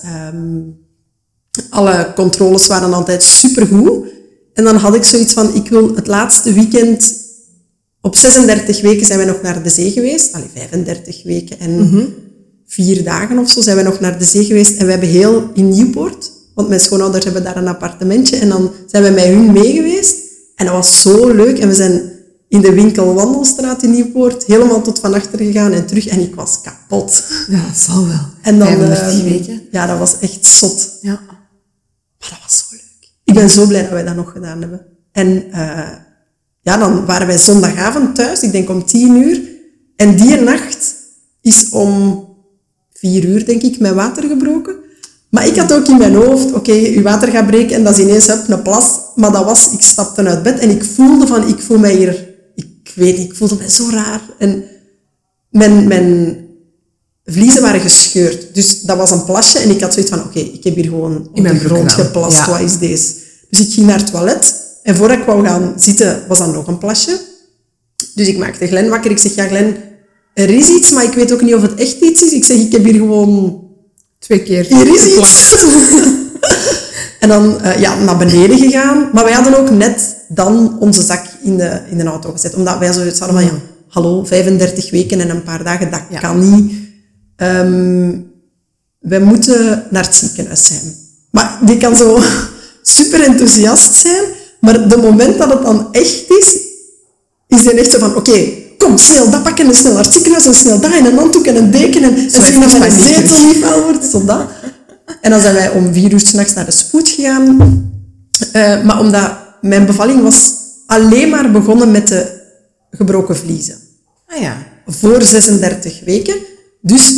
alle controles waren altijd supergoed. En dan had ik zoiets van, ik wil het laatste weekend... Op 36 weken zijn we nog naar de zee geweest. 35 weken en 4 dagen of zo zijn we nog naar de zee geweest. En we hebben heel in Nieuwpoort, want mijn schoonouders hebben daar een appartementje. En dan zijn we met hun mee geweest. En dat was zo leuk. En we zijn in de winkel Wandelstraat in Nieuwpoort, helemaal tot van achter gegaan en terug. En ik was kapot. Ja, dat zal wel. En dan, 35 weken. Ja, dat was echt zot. Ja. Maar dat was zo leuk. Ik ben zo blij dat wij dat nog gedaan hebben. En ja, dan waren wij zondagavond thuis, ik denk om 10:00. En die nacht is om 4:00, denk ik, mijn water gebroken. Maar ik had ook in mijn hoofd, oké, je water gaat breken en dat is ineens een plas. Maar dat was, ik stapte uit bed en ik voel mij hier, ik weet niet, ik voelde mij zo raar. En mijn vliezen waren gescheurd. Dus dat was een plasje en ik had zoiets van, oké, ik heb hier gewoon op de grond geplast, ja. Wat is deze? Dus ik ging naar het toilet en voordat ik wou gaan zitten, was dat nog een plasje. Dus ik maakte Glenn wakker. Ik zeg, ja Glenn, er is iets, maar ik weet ook niet of het echt iets is. Ik zeg, ik heb hier gewoon 2 keer hier is iets. En dan naar beneden gegaan. Maar wij hadden ook net dan onze zak in de auto gezet. Omdat wij zoiets hadden van, ja, hallo, 35 weken en een paar dagen, dat kan niet. Wij moeten naar het ziekenhuis zijn. Maar die kan zo super enthousiast zijn. Maar de moment dat het dan echt is die echt zo van, oké, kom, snel dat pakken en snel naar het ziekenhuis en snel dat en een handdoek en een deken en zien dat mijn zetel niet vuil wordt, zo dat. En dan zijn wij om 4:00 s'nachts naar de spoed gegaan. Maar omdat mijn bevalling was alleen maar begonnen met de gebroken vliezen. Ah ja. Voor 36 weken. Dus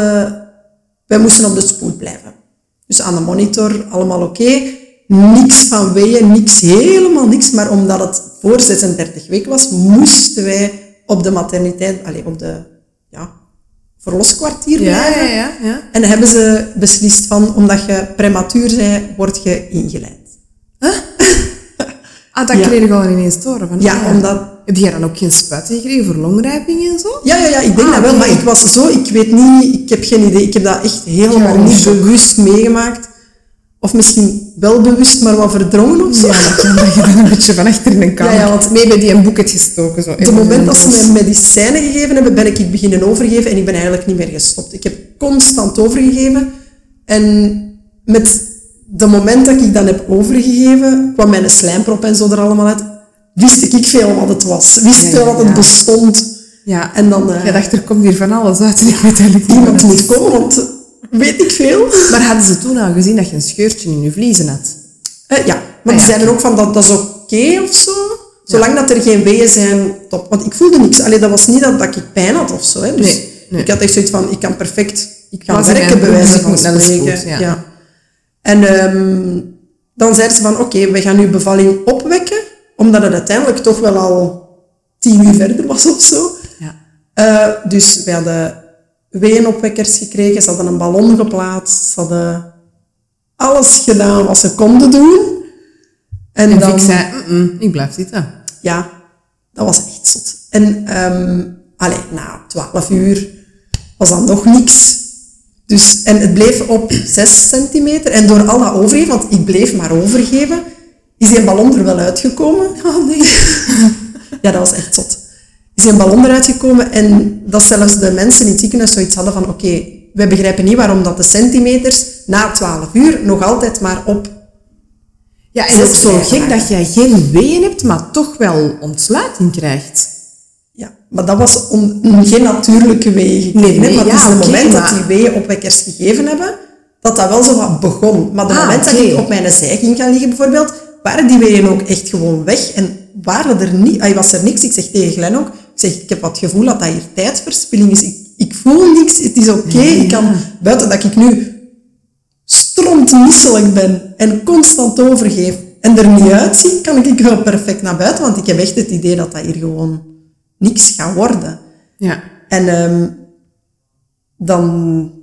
wij moesten op de spoed blijven. Dus aan de monitor, allemaal oké. Niks van weeën, helemaal niks. Maar omdat het voor 36 weken was, moesten wij op de materniteit, op de verloskwartier blijven. Ja. En dan hebben ze beslist van, omdat je prematuur bent, word je ingeleid. Huh? Ah, dat kreeg ik al ineens door. Van, omdat... Heb jij dan ook geen spuiten gekregen voor longrijping en zo? Ja, ik denk dat wel. Maar ik was zo, ik weet niet, ik heb geen idee. Ik heb dat echt helemaal niet bewust meegemaakt. Of misschien wel bewust, maar wat verdrongen of zo. Ja, dat kan dat je dan een beetje van achter in een kamer. Ja, want mee bij die een boeket gestoken. Zo. Het moment dat ze mij medicijnen gegeven hebben, ben ik beginnen overgeven en ik ben eigenlijk niet meer gestopt. Ik heb constant overgegeven. En met de moment dat ik dan heb overgegeven, kwam mijn slijmprop en zo er allemaal uit, wist ik veel wat het was. Wist ik veel wat het bestond. Ja, en dan... je dacht, er komt hier van alles uit en ik weet eigenlijk niet. Iemand moet komen, want... Weet ik veel. Maar hadden ze toen al gezien dat je een scheurtje in je vliezen had? Ja, maar die zeiden ook van dat is oké of zo. Zolang dat er geen weeën zijn, top. Want ik voelde niks. Allee, dat was niet dat ik pijn had of zo. Hè. Dus nee. Ik had echt zoiets van, ik kan perfect werken, bij wijze van spreken. Ja. En dan zeiden ze van, oké, we gaan uw bevalling opwekken, omdat het uiteindelijk toch wel al 10 uur verder was of zo. Ja. Dus we hadden weeënopwekkers gekregen, ze hadden een ballon geplaatst, ze hadden alles gedaan wat ze konden doen. En dan... ik zei, ik blijf zitten. Ja, dat was echt zot. En na 12 uur was dat nog niks. Dus, en het bleef op 6 centimeter. En door al dat overgeven, want ik bleef maar overgeven, is die ballon er wel uitgekomen. Oh nee. Ja, dat was echt zot. Is die ballon eruit gekomen en dat zelfs de mensen in het ziekenhuis zoiets hadden van oké, wij begrijpen niet waarom dat de centimeters na 12 uur nog altijd maar op... Ja, en ook zo gek dat jij geen weeën hebt, maar toch wel ontsluiting krijgt. Ja, maar dat was geen natuurlijke weeën gekregen. Nee, maar het is het moment dat die weeënopwekkers gegeven hebben, dat wel zo wat begon. Maar het moment dat ik op mijn zij ging gaan liggen bijvoorbeeld, waren die weeën ook echt gewoon weg en was er niks. Ik zeg tegen Glenn ook, ik heb wat het gevoel dat hier tijdverspilling is. Ik voel niks, het is oké. Ik kan, buiten dat ik nu strontmisselijk ben en constant overgeef en er niet uitzie, kan ik wel perfect naar buiten, want ik heb echt het idee dat hier gewoon niks gaat worden. Ja. En dan...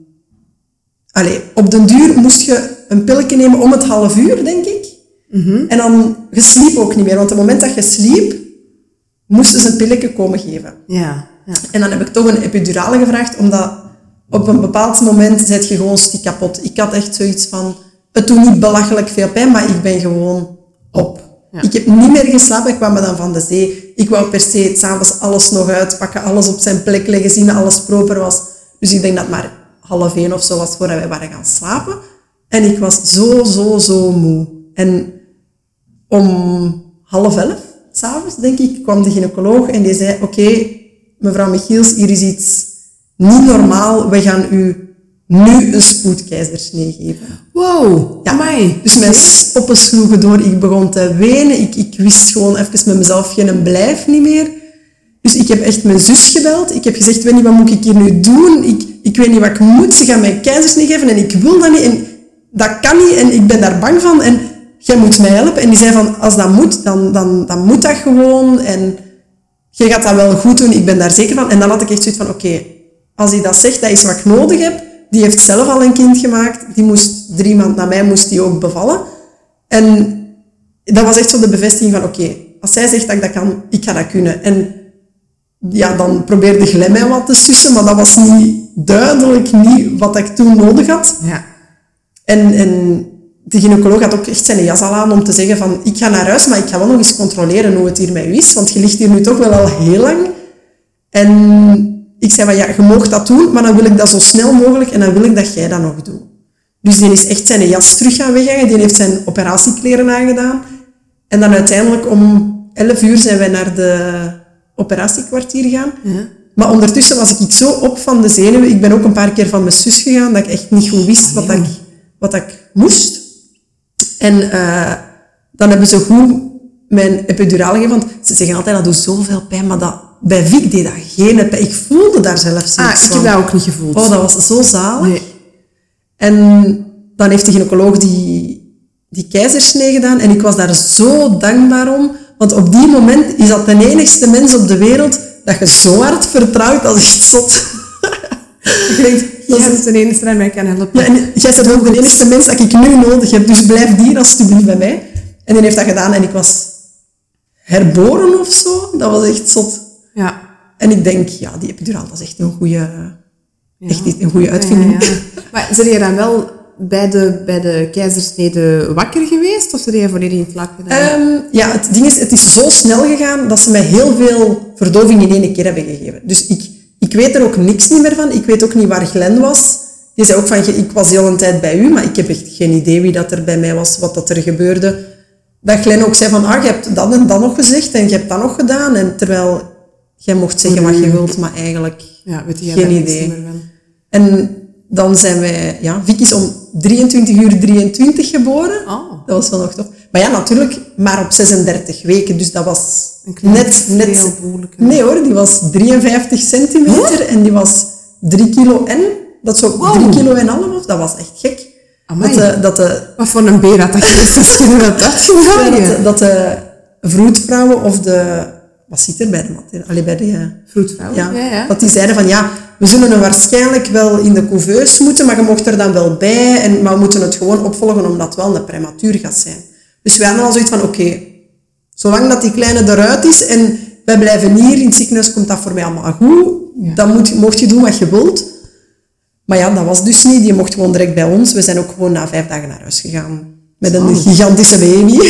op den duur moest je een pilletje nemen om het half uur, denk ik. Mm-hmm. En dan, je sliep ook niet meer, want op het moment dat je sliep, moesten ze een pilletje komen geven. Ja. En dan heb ik toch een epidurale gevraagd, omdat op een bepaald moment zit je gewoon stik kapot. Ik had echt zoiets van, het doet niet belachelijk veel pijn, maar ik ben gewoon op. Ja. Ik heb niet meer geslapen, ik kwam me dan van de zee. Ik wou per se 's avonds alles nog uitpakken, alles op zijn plek leggen, zien dat alles proper was. Dus ik denk dat het maar 12:30 of zo was voordat wij waren gaan slapen. En ik was zo moe. En om 10:30, s'avonds, denk ik, kwam de gynaecoloog en die zei, oké, mevrouw Michiels, hier is iets niet normaal. We gaan u nu een spoedkeizersnee geven. Wow, Ja. amai. Dus mijn poppen sloegen door. Ik begon te wenen. Ik wist gewoon even met mezelf geen blijf niet meer. Dus ik heb echt mijn zus gebeld. Ik heb gezegd, ik weet niet, wat moet ik hier nu doen? Ik weet niet wat ik moet. Ze gaan mij keizersnee geven en ik wil dat niet. En dat kan niet en ik ben daar bang van. En jij moet mij helpen. En die zei van, als dat moet, dan moet dat gewoon. En jij gaat dat wel goed doen. Ik ben daar zeker van. En dan had ik echt zoiets van, oké, als hij dat zegt, dat is wat ik nodig heb. Die heeft zelf al een kind gemaakt. Die moest 3 maanden na mij moest die ook bevallen. En dat was echt zo de bevestiging van, oké, als zij zegt dat ik dat kan, ik ga dat kunnen. En ja, dan probeerde Glen mij wat te sussen, maar dat was niet duidelijk niet wat ik toen nodig had. Ja. En de gynaecoloog had ook echt zijn jas al aan om te zeggen van, ik ga naar huis, maar ik ga wel nog eens controleren hoe het hier met u is, want je ligt hier nu toch wel al heel lang. En ik zei van, ja, je mag dat doen, maar dan wil ik dat zo snel mogelijk en dan wil ik dat jij dat nog doet. Dus die is echt zijn jas terug gaan weghangen, die heeft zijn operatiekleren aangedaan. En dan uiteindelijk om 11 uur zijn wij naar de operatiekwartier gegaan. Ja. Maar ondertussen was ik zo op van de zenuwen. Ik ben ook een paar keer van mijn zus gegaan, dat ik echt niet goed wist wat ik moest. En dan hebben ze goed mijn epiduraal gegeven, want ze zeggen altijd, dat doet zoveel pijn, maar bij Vic deed dat geen pijn. Ik voelde daar zelfs niks Ik heb dat ook niet gevoeld. Oh, dat was zo zalig. Nee. En dan heeft de gynaecoloog die keizersnee gedaan en ik was daar zo dankbaar om, want op die moment is dat de enigste mens op de wereld dat je zo hard vertrouwt, dat is echt zot. Je denkt, Dat is de enige die mij kan helpen. ja, en jij bent ook de enige mens dat ik nu nodig heb, dus blijf hier alsjeblieft bij mij. En die heeft dat gedaan en ik was herboren of zo. Dat was echt zot. Ja. En ik denk, ja, die epiduraal, dat is echt een goede uitvinding. Ja. Maar zijn je dan wel bij de keizersnede wakker geweest? Of zijn je volledig in slaap gedaan? Ja, het ding is, het is zo snel gegaan dat ze mij heel veel verdoving in één keer hebben gegeven. Dus ik weet er ook niks niet meer van. Ik weet ook niet waar Glen was. Die zei ook van, ik was heel een tijd bij u, maar ik heb echt geen idee wie dat er bij mij was, wat dat er gebeurde. Dat Glen ook zei van, je hebt dat en dat nog gezegd en je hebt dat nog gedaan. En terwijl jij mocht zeggen wat je wilt, maar eigenlijk weet je geen niks idee. meer van. En dan zijn wij, Vic is om 23:23 geboren. Oh. Dat was wel nog tof. Maar ja, natuurlijk, maar op 36 weken. Dus dat was Een klein net... veel boerlijke. Nee hoor, die was 53 centimeter en die was 3 kilo en... Dat is zo 3 kilo en half, of dat was echt gek. Amai. Dat Wat voor een beer had dat geweest als je dat had gedaan? dat de vroedvrouwen of de... Wat zit er bij bij de Vroedvrouw. Ja. Dat die zeiden van, we zullen hem waarschijnlijk wel in de couveuse moeten, maar je mocht er dan wel bij, maar we moeten het gewoon opvolgen omdat het wel een prematuur gaat zijn. Dus wij hadden al zoiets van, oké, zolang dat die kleine eruit is en wij blijven hier in het ziekenhuis, komt dat voor mij allemaal goed. Ja. Dan mocht je doen wat je wilt. Maar ja, dat was dus niet. Die mocht gewoon direct bij ons. We zijn ook gewoon na 5 dagen naar huis gegaan. Met een gigantische baby.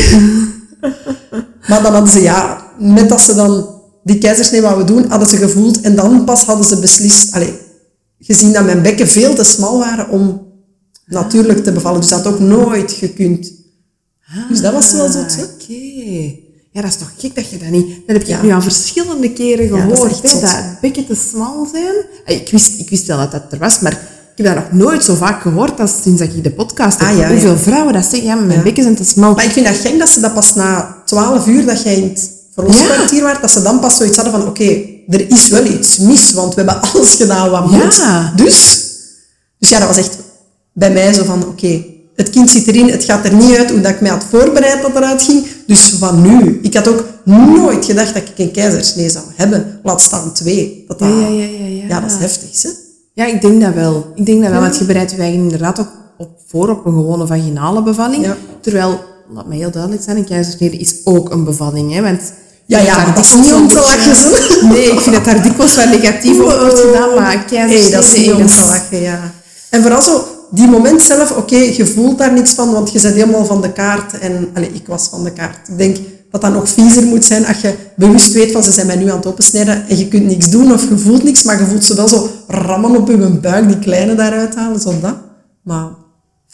Maar dan hadden ze, net als ze dan die keizersnee wouden doen, hadden ze gevoeld. En dan pas hadden ze beslist, gezien dat mijn bekken veel te smal waren om natuurlijk te bevallen. Dus dat had ook nooit gekund. Dus dat was wel zot, hè? Oké. Ja, dat is toch gek dat je dat niet... Dat heb ik nu al verschillende keren dat is gehoord. echt zot. Dat bekken te smal zijn. Ik wist wel dat dat er was, maar ik heb dat nog nooit zo vaak gehoord als sinds dat ik de podcast heb. Hoeveel vrouwen dat zeggen, mijn bekken zijn te smal. Maar ik vind dat gek dat ze dat pas na 12 uur dat jij in het verloskwartier was, dat ze dan pas zoiets hadden van, oké, er is wel iets mis, want we hebben alles gedaan wat moet. Dus ja, dat was echt bij mij zo van, oké, het kind zit erin, het gaat er niet uit hoe dat ik mij had voorbereid dat eruit ging. Dus van nu. Ik had ook nooit gedacht dat ik een keizersnee zou hebben. Laat staan 2. Ja, dat is heftig, hè? Ja, ik denk dat wel. Want je bereidt je eigen inderdaad ook voor op een gewone vaginale bevalling. Ja. Terwijl, laat mij heel duidelijk zijn, een keizersnede is ook een bevalling, hè? Want dat is niet om te lachen, zo. Nee, ik vind dat daar dikwijls wel negatief op wordt gedaan, maar keizersnede... dat is niet om te lachen, ja. En vooral zo, die moment zelf, oké, je voelt daar niks van, want je bent helemaal van de kaart. En ik was van de kaart. Ik denk dat dat nog viezer moet zijn als je bewust weet van, ze zijn mij nu aan het opensnijden en je kunt niks doen of je voelt niks, maar je voelt ze wel zo rammen op je buik, die kleine daaruit halen, zo dat. Maar...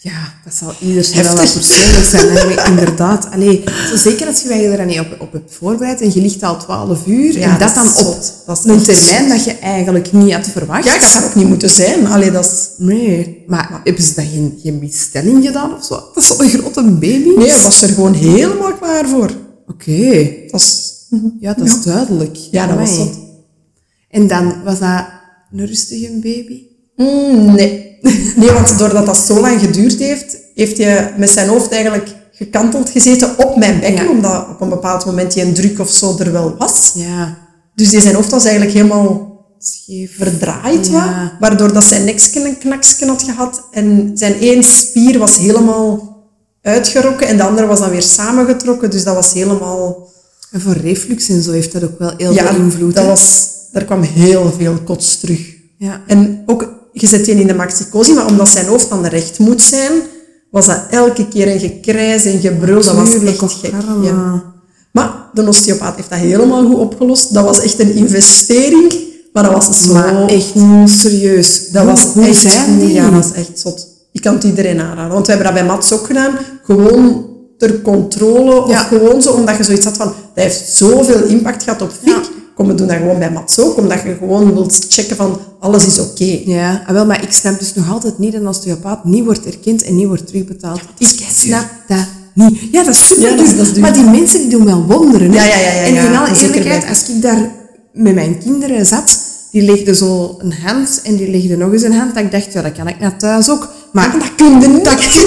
Ja, dat zal ieders wel wat persoonlijk zijn. Hè? Inderdaad. Allee, zo zeker als je er dan niet op hebt voorbereid en je ligt al 12 uur en dat dan op een termijn dat je eigenlijk niet had verwacht. Ja, dat zou ook niet moeten zijn. Allee, dat is... Nee, maar hebben ze dan geen bestelling gedaan of zo? Dat is zo'n grote baby. Nee, ik was er gewoon helemaal klaar voor. Oké. Dat is... Ja, dat is duidelijk. Ja, dat was zot. En dan was dat een rustige baby? Nee. Nee, want doordat dat zo lang geduurd heeft, heeft hij met zijn hoofd eigenlijk gekanteld gezeten op mijn bekken, omdat op een bepaald moment die een druk of zo er wel was. Ja. Dus zijn hoofd was eigenlijk helemaal scheef verdraaid, waardoor dat zijn nekje een knaksje had gehad en zijn één spier was helemaal uitgerokken en de andere was dan weer samengetrokken, dus dat was helemaal... En voor reflux en zo heeft dat ook wel heel veel invloed. Daar kwam heel veel kots terug. Ja. En ook, je zet die in de maxicosi, maar omdat zijn hoofd dan recht moet zijn, was dat elke keer een gekrijs en gebrul. Dat was echt gek. Ja. Maar de osteopaat heeft dat helemaal goed opgelost. Dat was echt een investering, maar dat was zo... Maar echt serieus. Dat was hoe echt zijn die? Ja, dat was echt zot. Ik kan het iedereen aanraden. Want we hebben dat bij Mats ook gedaan. Gewoon ter controle. Of gewoon zo, omdat je zoiets had van... Dat heeft zoveel impact gehad op Fik. Kom, we doen dat gewoon bij Mats ook. Omdat je gewoon wilt checken van... Alles is oké. Ja, wel, maar ik snap dus nog altijd niet dat een osteopaat niet wordt erkend en niet wordt terugbetaald. Ik snap dat niet. Ja, dat is super duur. Maar die mensen die doen wel wonderen. Hè? En in alle eerlijkheid, als ik daar met mijn kinderen zat... Die legden zo een hand en die legden nog eens een hand. Dat ik dacht, ja, dat kan ik naar thuis ook. Maar dat kun je niet. Dat kun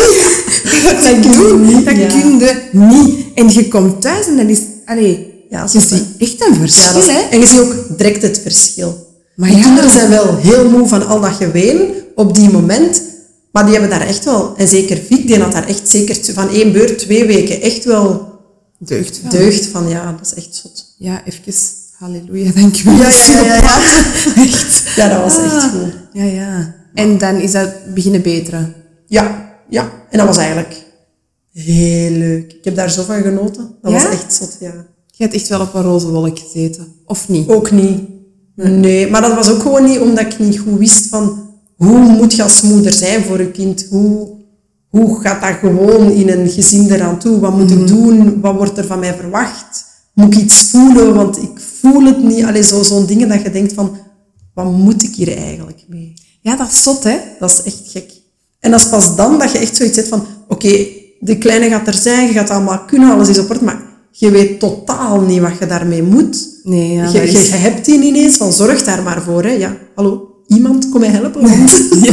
je niet. En je komt thuis en dan is... Allee, je ziet echt een verschil, hè. En je ziet ook direct het verschil. Maar die kinderen zijn wel heel moe van al dat geween op die moment. Maar die hebben daar echt wel... En zeker Vic, die had daar echt zeker van 1 beurt 2 weken echt wel... Deugd van, ja, dat is echt zot. Ja, even... Halleluja, dankjewel. Ja. Echt. Ja, dat was echt goed. Ja. En dan is dat beginnen beteren. Ja. En dat was eigenlijk heel leuk. Ik heb daar zo van genoten. Dat was echt zot, ja. Je hebt echt wel op een roze wolk gezeten. Of niet? Ook niet. Nee, maar dat was ook gewoon niet omdat ik niet goed wist van... Hoe moet je als moeder zijn voor je kind? Hoe gaat dat gewoon in een gezin eraan toe? Wat moet ik doen? Wat wordt er van mij verwacht? Moet ik iets voelen? Want ik voel het niet. Allee, zo'n dingen dat je denkt van... Wat moet ik hier eigenlijk mee? Ja, dat is zot, hè? Dat is echt gek. En dat is pas dan dat je echt zoiets hebt van... Oké, de kleine gaat er zijn, je gaat het allemaal kunnen, alles is op orde, maar je weet totaal niet wat je daarmee moet. Nee, ja, je hebt die ineens van, zorg daar maar voor, hè. Ja, hallo, iemand, kom mij helpen, want...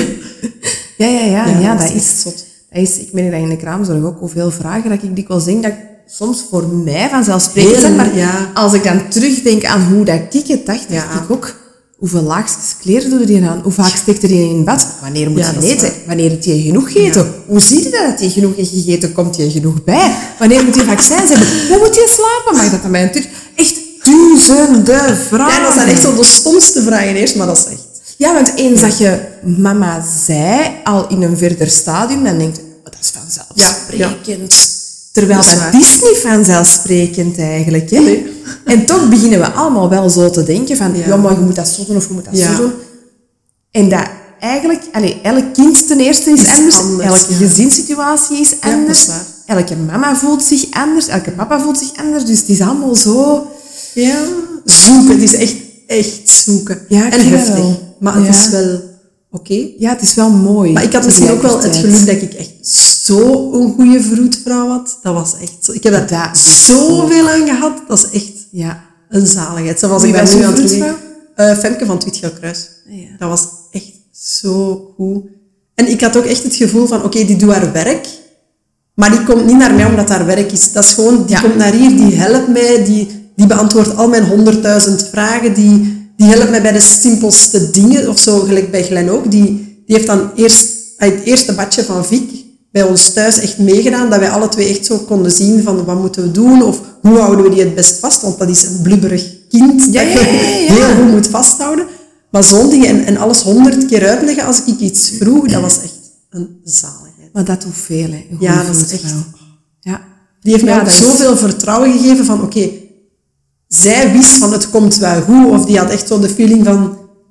Ja, dat is zot. Ik ben in de kraamzorg ook hoeveel vragen dat ik dikwijls denk dat soms voor mij vanzelfsprekend zijn, maar als ik dan terugdenk aan hoe dat ik het dacht, dacht ik ook, hoeveel laagjes kleren doe je aan? Hoe vaak steekt er die in bad? Wanneer moet je eten? Wanneer heb je genoeg gegeten? Hoe zie je dat je genoeg hebt gegeten? Komt je genoeg bij? Wanneer moet je vaccins hebben? Hoe moet je slapen? Mag dat aan mij natuurlijk? Echt duizenden vragen. Ja, dat zijn echt zo de stomste vragen eerst, maar dat is echt... Ja, want eens dat je mama zei, al in een verder stadium, dan denk je, dat is vanzelfsprekend. Terwijl dat is niet vanzelfsprekend eigenlijk. Hè? Nee. En toch beginnen we allemaal wel zo te denken van, ja, maar je moet dat zo doen of je moet dat zo doen. En dat eigenlijk, elk kind ten eerste is anders. Elke gezinssituatie is anders. Elke mama voelt zich anders. Elke papa voelt zich anders. Dus het is allemaal zo... Ja, zoeken. Het is echt zoeken. Ja, en heftig. Maar het is wel oké. Ja, het is wel mooi. Maar ik had misschien ook wel het geluk dat ik echt zo een goede vroedvrouw had. Dat was echt zo. Ik heb dat zoveel aan gehad. Dat is echt een zaligheid. Zoals ik daar nu aan het doen. Femke van het Witgeelkruis. Ja. Dat was echt zo goed. En ik had ook echt het gevoel van, oké, die doet haar werk. Maar die komt niet naar mij omdat haar werk is. Dat is gewoon, die komt naar hier, die helpt mij, die beantwoordt al mijn 100.000 vragen, die helpt mij bij de simpelste dingen, of zo, gelijk bij Glenn ook. Die heeft dan het eerste badje van Vic bij ons thuis echt meegedaan, dat wij alle twee echt zo konden zien van wat moeten we doen, of hoe houden we die het best vast, want dat is een blubberig kind dat je heel goed moet vasthouden. Maar zo'n dingen en alles 100 keer uitleggen als ik iets vroeg, dat was echt een zaligheid. Maar dat doet veel, hè. Ja, dat is echt... Ja. Die heeft mij ook zoveel vertrouwen gegeven van, oké, zij wist van het komt wel goed, of die had echt zo de feeling van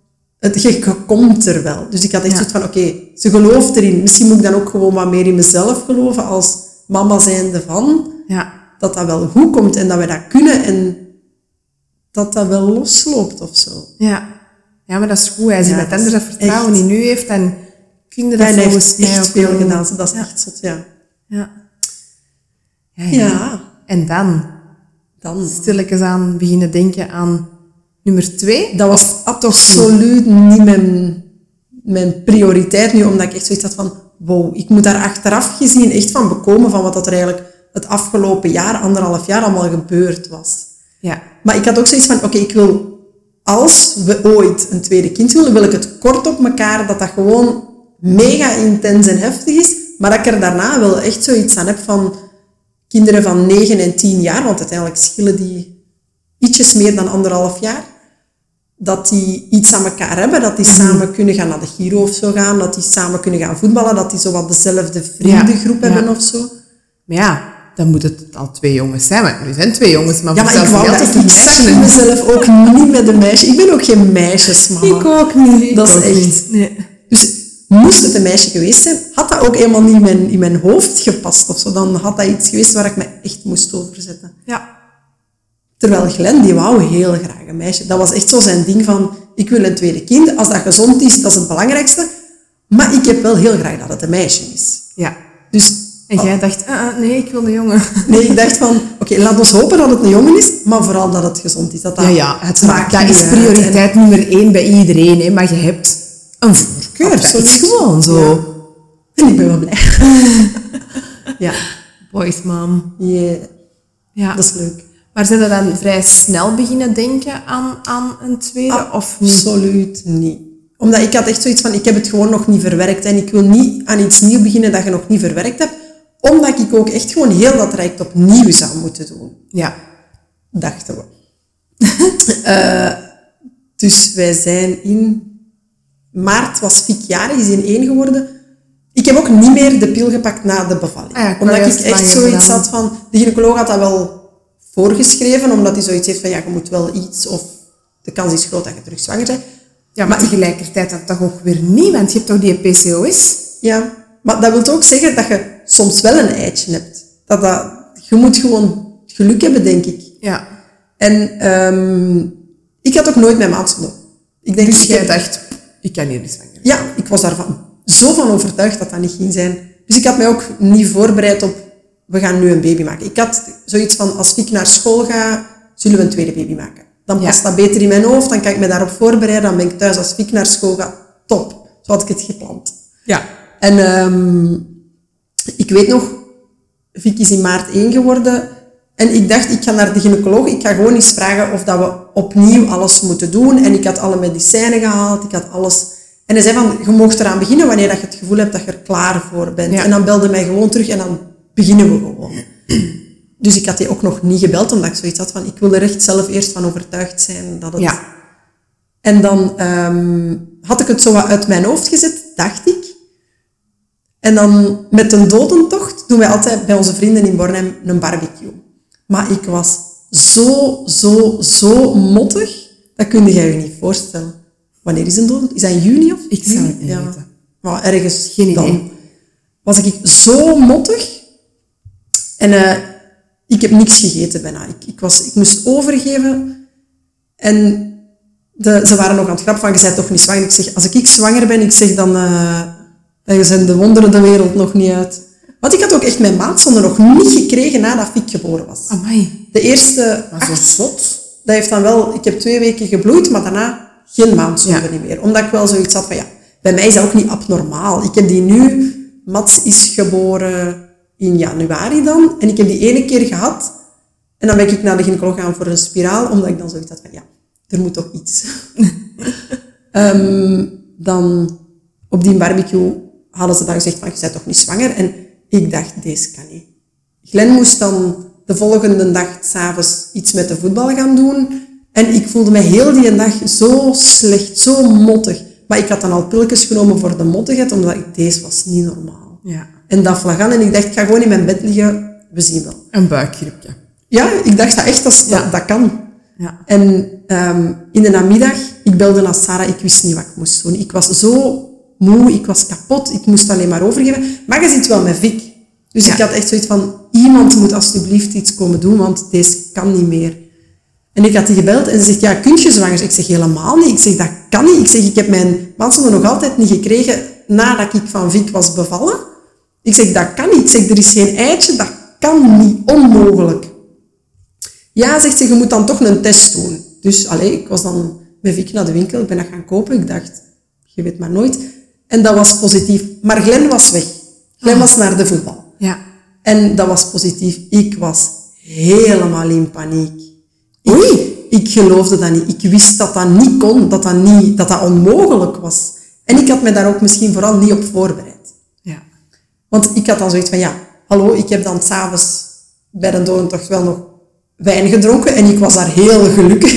Je komt er wel. Dus ik had echt zoiets van, oké, ze gelooft erin. Misschien moet ik dan ook gewoon wat meer in mezelf geloven als mama zijnde van. Ja. Dat wel goed komt en dat we dat kunnen en dat wel losloopt of zo. Ja. Ja, maar dat is goed. Als je met hen dat vertrouwen echt. in u heeft, dan kun je dat En hij volgens heeft mij echt ook veel wel- gedaan. Dat is echt zot, ja. Ja. Ja. En dan stilletjes aan beginnen denken aan nummer 2. Dat was absoluut niet mijn prioriteit nu, omdat ik echt zoiets had van, wow, ik moet daar achteraf gezien echt van bekomen van wat dat er eigenlijk het afgelopen jaar, 1,5 jaar allemaal gebeurd was. Ja. Maar ik had ook zoiets van, oké, ik wil, als we ooit een tweede kind willen, wil ik het kort op elkaar, dat gewoon mega intens en heftig is, maar dat ik er daarna wel echt zoiets aan heb van kinderen van 9 en 10 jaar, want uiteindelijk schillen die ietsjes meer dan 1,5 jaar, dat die iets aan elkaar hebben, dat die samen kunnen gaan naar de Giro of zo gaan, dat die samen kunnen gaan voetballen, dat die zo wat dezelfde vriendengroep hebben of zo. Maar ja, dan moet het al 2 jongens zijn. Want nu zijn 2 jongens, maar Ja, maar ik zelfs wou niet dat altijd ik een zag mezelf ook niet met een meisje. Ik ben ook geen meisjesmama. Ik ook niet. Dat is Ik ook echt. niet. Nee. Dus moest het een meisje geweest zijn, had dat ook helemaal niet in mijn hoofd gepast of zo. Dan had dat iets geweest waar ik me echt moest overzetten. Ja. Terwijl Glenn, die wou heel graag een meisje. Dat was echt zo zijn ding van, ik wil een tweede kind. Als dat gezond is, dat is het belangrijkste. Maar ik heb wel heel graag dat het een meisje is. Ja. Dus, En jij dacht, nee, ik wil een jongen. nee, ik dacht van, oké, laat ons hopen dat het een jongen is, maar vooral dat het gezond is. Dat Het maakt dat niet is uit. prioriteit nummer 1 bij iedereen. Hè. Maar je hebt een voorkeur. Dat is Absoluut. gewoon zo. En ik ben wel blij. Ja. Boys mom. Yeah, Ja. dat is leuk. Maar zijn er dan vrij snel beginnen denken aan een tweede of niet? Absoluut niet. Omdat ik had echt zoiets van, ik heb het gewoon nog niet verwerkt. En ik wil niet aan iets nieuws beginnen dat je nog niet verwerkt hebt. Omdat ik ook echt gewoon heel dat traject opnieuw zou moeten doen. Ja. Dachten we. Dus wij zijn in maart, was Fiek jarig, is in 1 geworden. Ik heb ook niet meer de pil gepakt na de bevalling. Ah ja, ik omdat wou ik juist echt vragen zoiets gedaan. had van... De gynaecoloog had dat wel voorgeschreven, omdat hij zoiets heeft van, ja, je moet wel iets, of de kans is groot dat je terug zwanger bent. Ja, maar tegelijkertijd dat toch ook weer niet, want je hebt toch die PCOS? Ja, maar dat wil ook zeggen dat je soms wel een eitje hebt. Je moet gewoon geluk hebben, denk ik. Ja. En ik had ook nooit mijn maat genomen. Ik denk, Dus ik jij heb- dacht, ik kan hier niet zwanger. Ja, ik was daarvan zo van overtuigd dat dat niet ging zijn. Dus ik had mij ook niet voorbereid op, we gaan nu een baby maken. Ik had zoiets van, als ik naar school ga, zullen we een tweede baby maken. Dan past dat beter in mijn hoofd, dan kan ik me daarop voorbereiden, dan ben ik thuis als ik naar school ga. Top, zo had ik het gepland. Ja. En ik weet nog, Vicky is in maart 1 geworden. En ik dacht, ik ga naar de gynaecoloog. Ik ga gewoon eens vragen of dat we opnieuw alles moeten doen. En ik had alle medicijnen gehaald. Ik had alles. En hij zei van, je mag eraan beginnen wanneer dat je het gevoel hebt dat je er klaar voor bent. Ja. En dan belde mij gewoon terug en dan beginnen we gewoon. Dus ik had die ook nog niet gebeld, omdat ik zoiets had van, ik wil er echt zelf eerst van overtuigd zijn dat het... Ja. En dan had ik het zo wat uit mijn hoofd gezet, dacht ik. En dan met een dodentocht doen wij altijd bij onze vrienden in Bornem een barbecue. Maar ik was zo mottig, dat kun je je niet voorstellen. Wanneer is een dodentocht? Is dat in juni of? Ik zou het niet weten. Maar ergens Geen idee. dan. Was ik zo mottig. En ik heb niks gegeten bijna. Ik moest overgeven. En ze waren nog aan het grappen van, je bent toch niet zwanger? Ik zeg, als ik zwanger ben, dan zijn de wonderen de wereld nog niet uit. Want ik had ook echt mijn maatzonden nog niet gekregen nadat Fiek geboren was. Amai. De eerste Maar zo zot. dat heeft dan wel... Ik heb 2 weken gebloeid, maar daarna geen maandzonden Ja. meer. Omdat ik wel zoiets had van, ja, bij mij is dat ook niet abnormaal. Ik heb die nu... Mats is geboren in januari dan. En ik heb die 1 keer gehad. En dan ben ik naar de gynaecoloog gaan voor een spiraal, omdat ik dan zoiets had van, ja, er moet toch iets. Dan op die barbecue hadden ze dan gezegd van, je bent toch niet zwanger? En ik dacht, deze kan niet. Glenn moest dan de volgende dag 's avonds iets met de voetbal gaan doen. En ik voelde me heel die dag zo slecht, zo mottig. Maar ik had dan al pilletjes genomen voor de mottigheid, omdat deze was niet normaal. Ja. En dat vlagan en ik dacht, ik ga gewoon in mijn bed liggen, we zien wel. Een buikgripje. Ja, ik dacht dat echt, dat kan. Ja. En in de namiddag, ik belde naar Sarah, ik wist niet wat ik moest doen. Ik was zo moe, ik was kapot, ik moest alleen maar overgeven. Maar je zit wel met Vic. Dus ik had echt zoiets van, iemand moet alsjeblieft iets komen doen, want deze kan niet meer. En ik had die gebeld en ze zegt, ja, kun je zwanger? Ik zeg, helemaal niet. Ik zeg, dat kan niet. Ik zeg, ik heb mijn mansende nog altijd niet gekregen nadat ik van Vic was bevallen. Ik zeg, dat kan niet. Ik zeg, er is geen eitje, dat kan niet, onmogelijk. Ja, zegt ze, je moet dan toch een test doen. Dus, ik was dan met Vic naar de winkel, ik ben dat gaan kopen. Ik dacht, je weet maar nooit. En dat was positief. Maar Glenn was weg. Glenn was naar de voetbal. Ja. En dat was positief. Ik was helemaal in paniek. Ik geloofde dat niet. Ik wist dat dat niet kon, dat dat onmogelijk was. En ik had me daar ook misschien vooral niet op voorbereid. Ja. Want ik had dan zoiets van, hallo, ik heb dan 's avonds bij de dodentocht wel nog wijn gedronken en ik was daar heel gelukkig.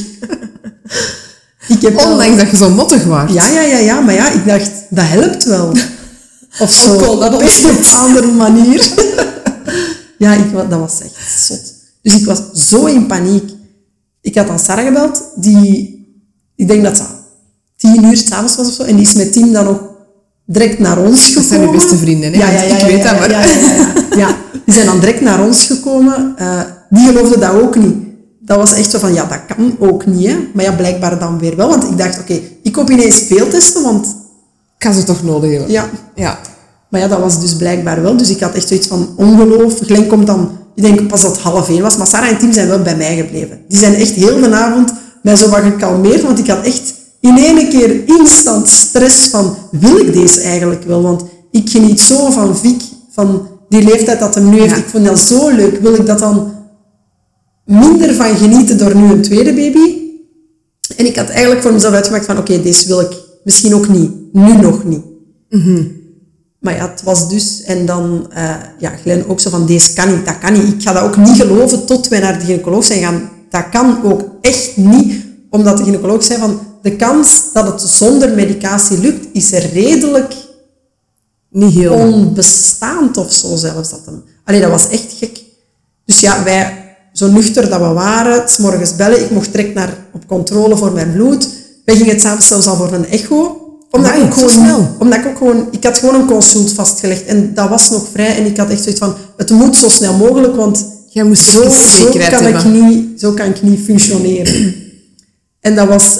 Ondanks dat je zo mottig was. Ja, maar ik dacht, dat helpt wel. Of zo, op een andere manier. Dat was echt zot. Dus ik was zo in paniek. Ik had aan Sarah gebeld, ik denk dat ze 10 uur 's avonds was of zo, en die is met Tim dan nog direct naar ons gekomen. Dat zijn uw beste vrienden, hè? Ik weet dat, maar... Ja, die zijn dan direct naar ons gekomen. Die geloofden dat ook niet. Dat was echt zo van, dat kan ook niet, hè. Maar blijkbaar dan weer wel, want ik dacht, ik koop ineens speeltesten, want... Ik kan ze toch nodig hebben. Ja. Maar dat was dus blijkbaar wel. Dus ik had echt zoiets van ongeloof. Glenn komt dan, ik denk pas dat het 12:30 was, maar Sarah en Tim zijn wel bij mij gebleven. Die zijn echt heel de avond mij zo wat gekalmeerd, want ik had echt in één keer instant stress van, wil ik deze eigenlijk wel? Want ik geniet zo van Vic, van die leeftijd dat hem nu heeft. Ik vond dat zo leuk. Wil ik dat dan minder van genieten door nu een tweede baby? En ik had eigenlijk voor mezelf uitgemaakt van, deze wil ik misschien ook niet. Nu nog niet. Mm-hmm. Maar het was dus... En dan, Glenn ook zo van, deze kan niet, dat kan niet. Ik ga dat ook niet geloven tot wij naar de gynaecoloog zijn gaan. Dat kan ook echt niet. Omdat de gynaecoloog zei van, de kans dat het zonder medicatie lukt, is redelijk... Niet heel... onbestaand of zo zelfs. Dat was echt gek. Dus wij, zo nuchter dat we waren, 's morgens bellen. Ik mocht direct op controle voor mijn bloed. Wij gingen het s'avonds zelfs al voor een echo. Omdat ik had gewoon een consult vastgelegd. En dat was nog vrij. En ik had echt zoiets van, het moet zo snel mogelijk, want jij moest zo kan ik niet functioneren. En dat was...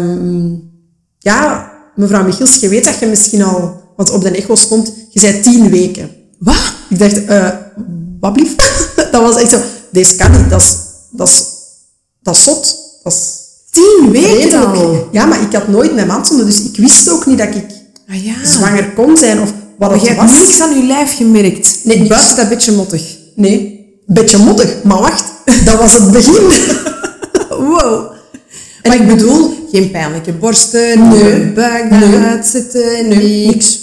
mevrouw Michiels, je weet dat je misschien al... Want op de echo stond, je zei 10 weken. Wat? Ik dacht, wat blief? Dat was echt zo, deze kan niet. Dat is zot. Dat is 10 weken al? Ja, maar ik had nooit mijn mandsonde, dus ik wist ook niet dat ik zwanger kon zijn of wat het was. Maar je hebt niks aan je lijf gemerkt? Nee, buiten dat beetje mottig? Nee, beetje mottig. Maar wacht, dat was het begin. Wow. En maar ik bedoel, geen pijnlijke borsten, buik eruit zitten, niks.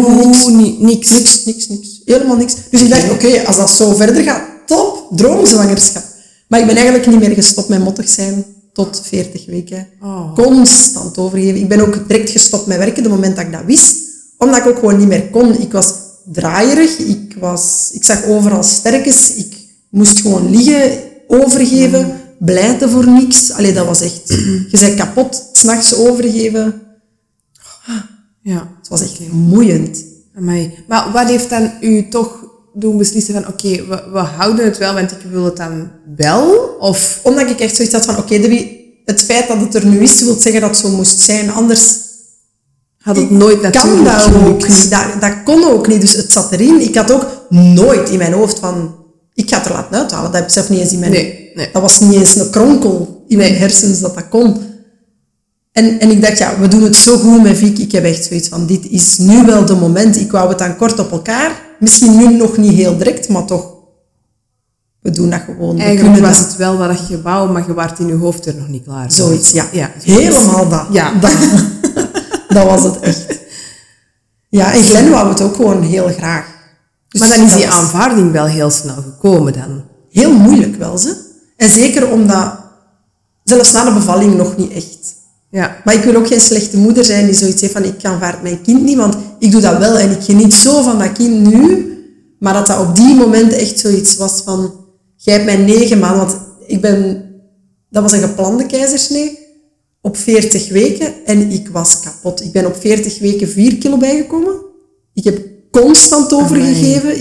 Niks. Helemaal niks. Dus ik dacht, als dat zo verder gaat, top, droomzwangerschap. Maar ik ben eigenlijk niet meer gestopt met mottig zijn tot 40 weken. Oh. Constant overgeven. Ik ben ook direct gestopt met werken, de moment dat ik dat wist. Omdat ik ook gewoon niet meer kon. Ik was draaierig, ik zag overal sterkes, ik moest gewoon liggen, overgeven, blijten voor niks. Dat was echt... Je bent kapot, 's nachts overgeven. Ja. Het was echt moeiend. Amai. Maar wat heeft dan u toch doen beslissen van we houden het wel, want ik wil het dan wel? Of... Omdat ik echt zoiets had van, Debbie, het feit dat het er nu is, wil zeggen dat het zo moest zijn. Anders had het nooit natuurlijk gelukt. Dat kon ook niet, dus het zat erin. Ik had ook nooit in mijn hoofd van, ik ga het er laten uithalen. Dat heb ik zelf niet eens in mijn... Nee. Dat was niet eens een kronkel in mijn hersens dat kon. En ik dacht, we doen het zo goed met Vic. Ik heb echt zoiets van, dit is nu wel de moment. Ik wou het dan kort op elkaar. Misschien nu nog niet heel direct, maar toch. We doen dat gewoon. Eigenlijk was het wel wat je wou, maar je waart in je hoofd er nog niet klaar. Zoiets, ja. Helemaal dat. Ja. Dat was het echt. Ja, en Glenn wou het ook gewoon heel graag. Dus maar dan is die aanvaarding wel heel snel gekomen dan? Heel moeilijk wel, ze. En zeker omdat, zelfs na de bevalling nog niet echt. Ja. Maar ik wil ook geen slechte moeder zijn die zoiets heeft van, ik aanvaard mijn kind niet, want ik doe dat wel en ik geniet zo van dat kind nu. Maar dat op die moment echt zoiets was van, jij hebt mij 9 maanden, want ik ben Dat was een geplande keizersnee op 40 weken en ik was kapot. Ik ben op 40 weken 4 kilo bijgekomen. Ik heb constant overgegeven.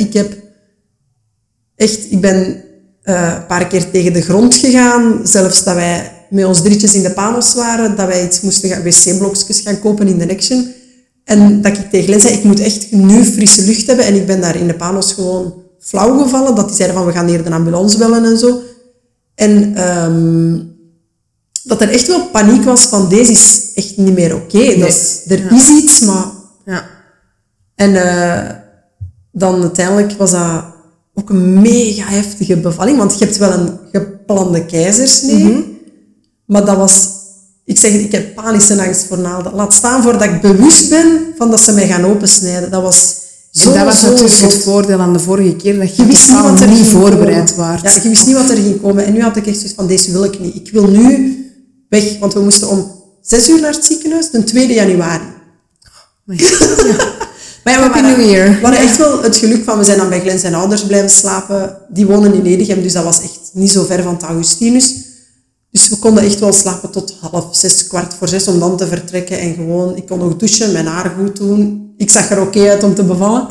Ik ben een paar keer tegen de grond gegaan. Zelfs dat wij met ons drietjes in de Panos waren, dat wij iets moesten gaan, wc-blokjes gaan kopen in de Action. En dat ik tegen Len zei, ik moet echt nu frisse lucht hebben. En ik ben daar in de Panos gewoon flauw gevallen. Dat die zeiden van, we gaan hier de ambulance bellen en zo. En dat er echt wel paniek was van, deze is echt niet meer oké. Er is iets, maar... Ja. En dan uiteindelijk was dat ook een mega heftige bevalling. Want je hebt wel een geplande keizersnee. Maar dat was... Ik heb panische angst voor naalden. Laat staan voordat ik bewust ben van dat ze mij gaan opensnijden. Dat was zo, dat was zo natuurlijk zot. het voordeel aan de vorige keer, dat Je wist niet wat er niet ging voorbereid komen. waart. Ja, je wist niet wat er ging komen. En nu had ik echt zoiets van, deze wil ik niet. Ik wil nu weg. Want we moesten om 6 uur naar het ziekenhuis, de 2 januari. Ja. Maar ja, Happy New Year. we hadden echt wel het geluk van, we zijn dan bij Glen zijn ouders blijven slapen. Die wonen in Edegem, dus dat was echt niet zo ver van het Augustinus. Dus we konden echt wel slapen tot 5:45, 6:15 om dan te vertrekken. En gewoon, ik kon nog douchen, mijn haar goed doen. Ik zag er oké uit om te bevallen.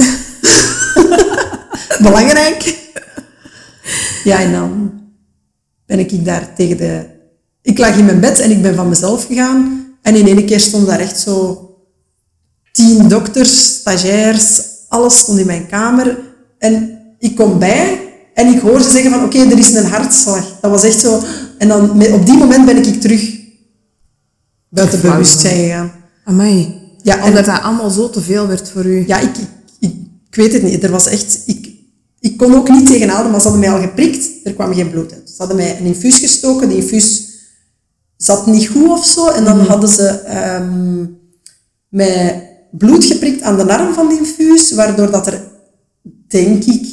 Belangrijk. Ja, en dan ben ik daar tegen de... Ik lag in mijn bed en ik ben van mezelf gegaan. En in één keer stonden daar echt zo 10 dokters, stagiairs, alles stond in mijn kamer. En ik kom bij en ik hoor ze zeggen van, oké, er is een hartslag. Dat was echt zo... En dan, op die moment ben ik terug buiten bewustzijn gegaan. Amai. Ja, Omdat dat allemaal zo te veel werd voor u. Ja, ik weet het niet. Er was echt... Ik kon ook niet tegen ademen, maar ze hadden mij al geprikt. Er kwam geen bloed uit. Ze hadden mij een infuus gestoken. Die infuus zat niet goed of zo. En dan hadden ze mij bloed geprikt aan de arm van die infuus, waardoor dat er, denk ik,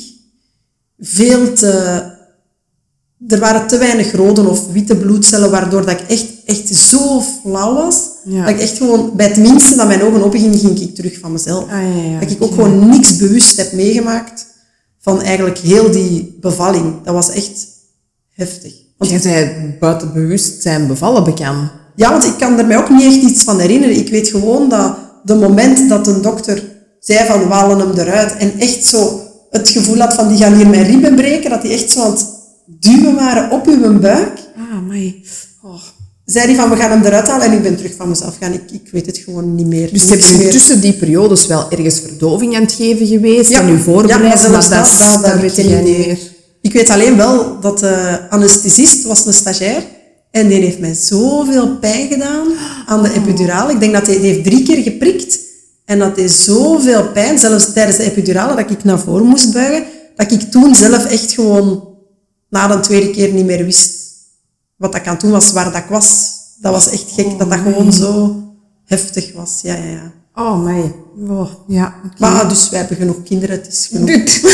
er waren te weinig rode of witte bloedcellen, waardoor dat ik echt zo flauw was, dat ik echt gewoon, bij het minste dat mijn ogen opengingen, ging ik terug van mezelf. Dat ik ook gewoon niks bewust heb meegemaakt van eigenlijk heel die bevalling. Dat was echt heftig. Want jij zei buiten bewustzijn bevallen bekend. Ja, want ik kan er mij ook niet echt iets van herinneren. Ik weet gewoon dat de moment dat een dokter zei van, we halen hem eruit, en echt zo het gevoel had van, die gaan hier mijn ribben breken, dat die echt zo aan het duwen waren op uw buik. Ah, amai. Oh. Zei die van, we gaan hem eruit halen, en ik ben terug van mezelf gaan. Ik weet het gewoon niet meer. Dus je hebt tussen die periodes wel ergens verdoving aan het geven geweest, en u voorbereid, ja, maar dat weet jij niet meer. Ik weet alleen wel dat de anesthesist was een stagiair, en die heeft mij zoveel pijn gedaan aan de epidurale. Ik denk dat die heeft 3 keer geprikt, en dat deed zoveel pijn, zelfs tijdens de epidurale, dat ik naar voren moest buigen, dat ik toen zelf echt gewoon na de tweede keer niet meer wist wat ik aan het doen was, waar dat ik was. Dat was echt gek, dat gewoon zo heftig was. Ja. Oh, my. Oh, ja, okay. Maar dus wij hebben genoeg kinderen, het is genoeg.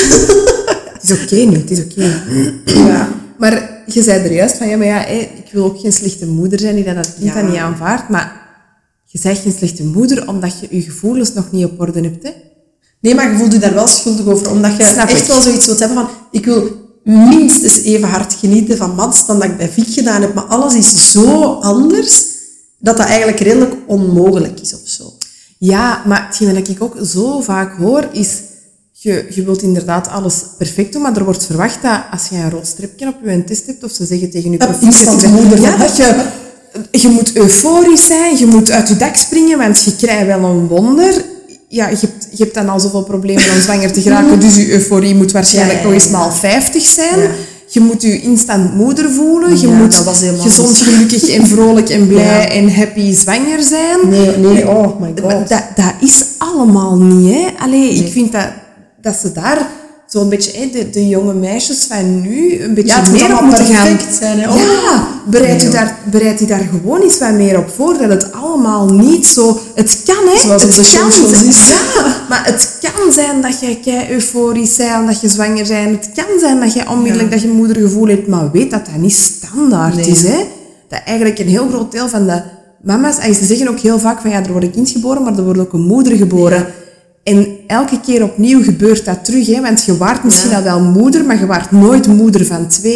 Het is oké nu, het is oké. Ja. Maar je zei er juist van, ik wil ook geen slechte moeder zijn die dat kind dat niet aanvaardt, maar je bent geen slechte moeder omdat je je gevoelens nog niet op orde hebt, hè? Nee, maar je voelt je daar wel schuldig over, omdat je Snap echt ik. wel zoiets wilt hebben van, ik wil minstens even hard genieten van Mats dan dat ik bij Vic gedaan heb, maar alles is zo anders, dat eigenlijk redelijk onmogelijk is of zo. Ja, maar hetgeen dat ik ook zo vaak hoor is, je wilt inderdaad alles perfect doen, maar er wordt verwacht dat als je een rood streepje op je test hebt, of ze zeggen tegen je instant moeder. ja, dat je moet euforisch zijn, je moet uit je dak springen, want je krijgt wel een wonder. Ja, je hebt dan al zoveel problemen om zwanger te geraken, dus je euforie moet waarschijnlijk nog eens maal 50 zijn. Ja. Je moet je instant moeder voelen, je moet gezond, gelukkig en vrolijk en blij en happy zwanger zijn. Nee, oh my god. Dat is allemaal niet, hè. Allee, ik vind dat ze daar zo'n beetje, de jonge meisjes van nu, een beetje meer op moeten gaan. Zijn, hè? Ja, bereid je daar gewoon eens wat meer op voor, dat het allemaal niet zo... Het kan, hè. Zoals het op de socials is. Ja, maar het kan zijn dat jij kei euforisch bent, dat je zwanger bent. Het kan zijn dat je onmiddellijk dat je moedergevoel hebt, maar weet dat dat niet standaard is, hè. Dat eigenlijk een heel groot deel van de mama's, en ze zeggen ook heel vaak van, er wordt een kind geboren, maar er wordt ook een moeder geboren. Ja. En elke keer opnieuw gebeurt dat terug, hè? Want je waart misschien al wel moeder, maar je waart nooit moeder van 2, hè?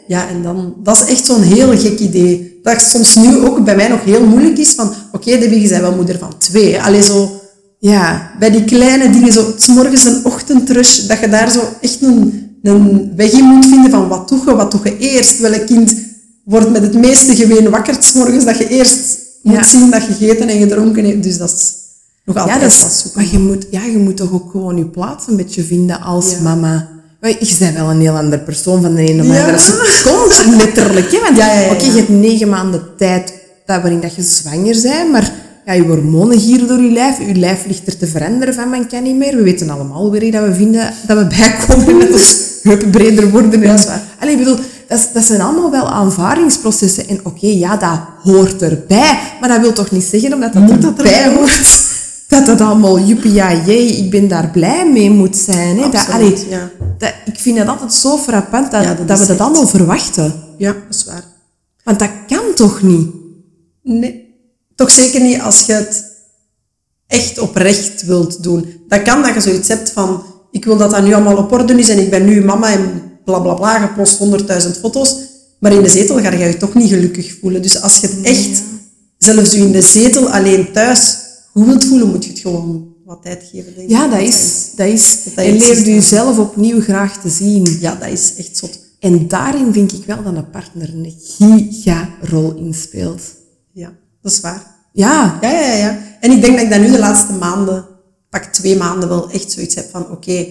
Ja, en dan, dat is echt zo'n heel gek idee. Dat soms nu ook bij mij nog heel moeilijk is van, oké, Debbie, je bent wel moeder van 2. Allee, zo, Ja. bij die kleine dingen, zo, 's morgens een ochtendrush, dat je daar zo echt een weg in moet vinden van, wat doe je eerst? Welk kind wordt met het meeste geween wakker 's morgens, dat je eerst moet zien dat je gegeten en gedronken hebt. Dus dat is nog altijd wat zoeken. Maar je moet toch ook gewoon je plaats een beetje vinden als mama. Je bent wel een heel ander persoon van de ene op de andere seconde, letterlijk. Hè? Want oké, je hebt 9 maanden tijd waarin dat je zwanger bent, maar ja, je hormonen gieren door je lijf. Je lijf ligt er te veranderen van, man kan niet meer. We weten allemaal weer dat we vinden dat we bijkomen met ons heupen breder worden. En zo. Allee, ik bedoel, dat zijn allemaal wel aanvaardingsprocessen. En oké, ja, dat hoort erbij. Maar dat wil toch niet zeggen, omdat dat erbij hoort, dat het allemaal joepie, ja, jee, ik ben daar blij mee moet zijn. Hè? Absoluut, Ik vind het altijd zo frappant dat we dat allemaal verwachten. Ja, dat is waar. Want dat kan toch niet? Nee, toch zeker niet als je het echt oprecht wilt doen. Dat kan dat je zoiets hebt van, ik wil dat dat nu allemaal op orde is en ik ben nu mama en blablabla, bla, bla, gepost 100.000 foto's. Maar in de zetel ga je je toch niet gelukkig voelen. Dus als je het echt, zelfs je in de zetel alleen thuis goed wilt voelen, moet je het gewoon wat tijd geven. Denk ik. Ja, dat is. En leer jezelf opnieuw graag te zien. Ja, dat is echt zot. En daarin vind ik wel dat een partner een giga-rol inspeelt. Ja, dat is waar. Ja. Ja. En ik denk dat ik dat nu de laatste maanden, pak 2 maanden, wel echt zoiets heb van, oké,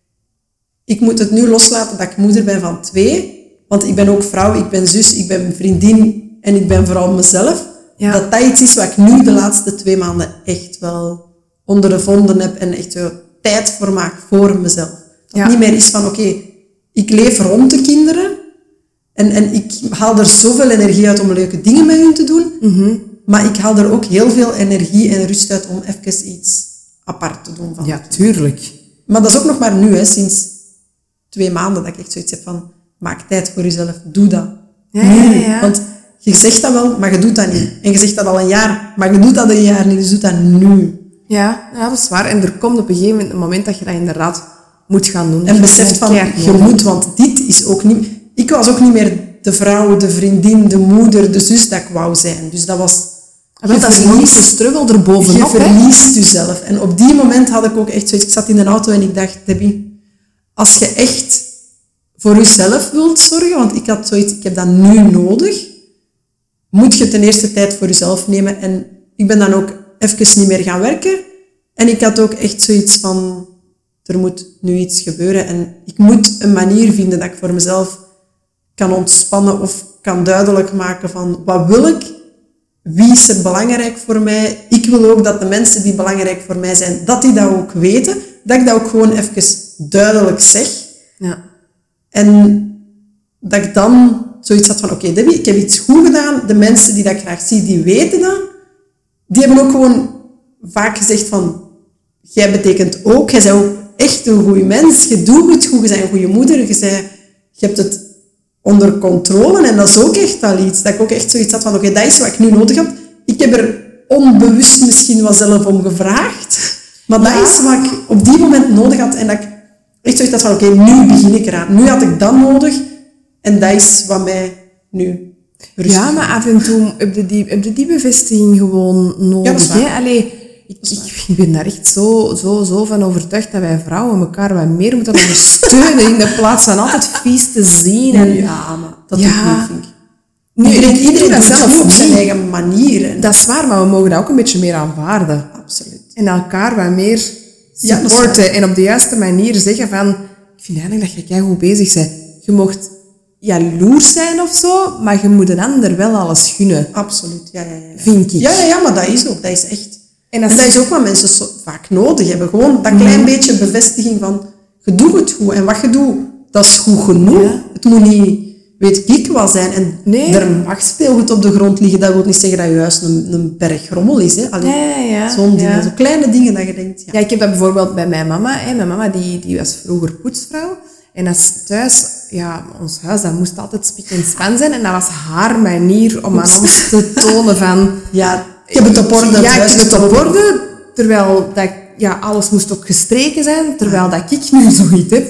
ik moet het nu loslaten dat ik moeder ben van 2. Want ik ben ook vrouw, ik ben zus, ik ben vriendin en ik ben vooral mezelf. Ja. Dat iets is wat ik nu de laatste 2 maanden echt wel ondervonden heb en echt wel tijd voor maak voor mezelf. Dat het niet meer is van, oké, ik leef rond de kinderen en ik haal er zoveel energie uit om leuke dingen met hun te doen. Mm-hmm. Maar ik haal er ook heel veel energie en rust uit om even iets apart te doen. Ja, tuurlijk. Maar dat is ook nog maar nu, sinds 2 maanden, dat ik echt zoiets heb van, maak tijd voor jezelf, doe dat. Ja. Want je zegt dat wel, maar je doet dat niet. En je zegt dat al een jaar, maar je doet dat een jaar niet, dus doe dat nu. Ja, dat is waar. En er komt op een gegeven moment een moment dat je dat inderdaad moet gaan doen. En beseft van, je moet, want dit is ook niet... Ik was ook niet meer de vrouw, de vriendin, de moeder, de zus dat ik wou zijn. Dus dat was... Dat is nog eens de struggle erbovenop. Je verliest jezelf. En op die moment had ik ook echt zoiets... Ik zat in de auto en ik dacht, Debbie, als je echt voor jezelf wilt zorgen, want ik had zoiets, ik heb dat nu nodig, moet je ten eerste tijd voor jezelf nemen. En ik ben dan ook even niet meer gaan werken. En ik had ook echt zoiets van, er moet nu iets gebeuren. En ik moet een manier vinden dat ik voor mezelf kan ontspannen of kan duidelijk maken van, wat wil ik? Wie is er belangrijk voor mij? Ik wil ook dat de mensen die belangrijk voor mij zijn, dat die dat ook weten. Dat ik dat ook gewoon even duidelijk zeg. Ja. En dat ik dan zoiets had van, oké, Debbie, ik heb iets goed gedaan. De mensen die dat ik graag zie, die weten dat. Die hebben ook gewoon vaak gezegd van, jij betekent ook, jij bent ook echt een goede mens. Je doet het goed, je bent een goede moeder. Je hebt het onder controle. En dat is ook echt al iets. Dat ik ook echt zoiets had van, oké, dat is wat ik nu nodig heb. Ik heb er onbewust misschien wel zelf om gevraagd. Maar dat is wat ik op die moment nodig had. En dat ik echt zoiets had van, oké, nu begin ik eraan. Nu had ik dat nodig. En dat is wat mij nu rustig. Ja, maar af en toe heb je die bevestiging gewoon nodig. Ja, dat is waar. Hè? Allee, ik ben daar echt zo van overtuigd dat wij vrouwen elkaar wat meer moeten ondersteunen in de plaats van altijd vies te zien. En, ja, maar dat doe ik niet, vind ik. Iedereen doet dat zelf op zijn eigen manier. Dat is waar, maar we mogen dat ook een beetje meer aanvaarden. Absoluut. En elkaar wat meer supporten en op de juiste manier zeggen van, ik vind eigenlijk dat je goed bezig bent. Je mocht jaloers zijn of zo, maar je moet een ander wel alles gunnen. Absoluut, ja. Vind ik. Ja, maar dat is ook, dat is echt. En dat is ook wat mensen vaak nodig hebben. Gewoon dat klein beetje bevestiging van, je doet het goed. En wat je doet, dat is goed genoeg. Ja. Het moet niet, weet ik wat zijn. En er mag speelgoed op de grond liggen. Dat wil niet zeggen dat je juist een berg rommel is. Hè. Allee, zo'n dingen, zo kleine dingen dat je denkt. Ja, ik heb dat bijvoorbeeld bij mijn mama. Hè. Mijn mama die was vroeger poetsvrouw. En als thuis, ons huis, dat moest altijd spik en span zijn. En dat was haar manier om aan ons te tonen van... Ja, ik heb het op orde. Ja, ik heb het op orde. Terwijl dat, alles moest ook gestreken zijn. Terwijl dat ik nu zoiets heb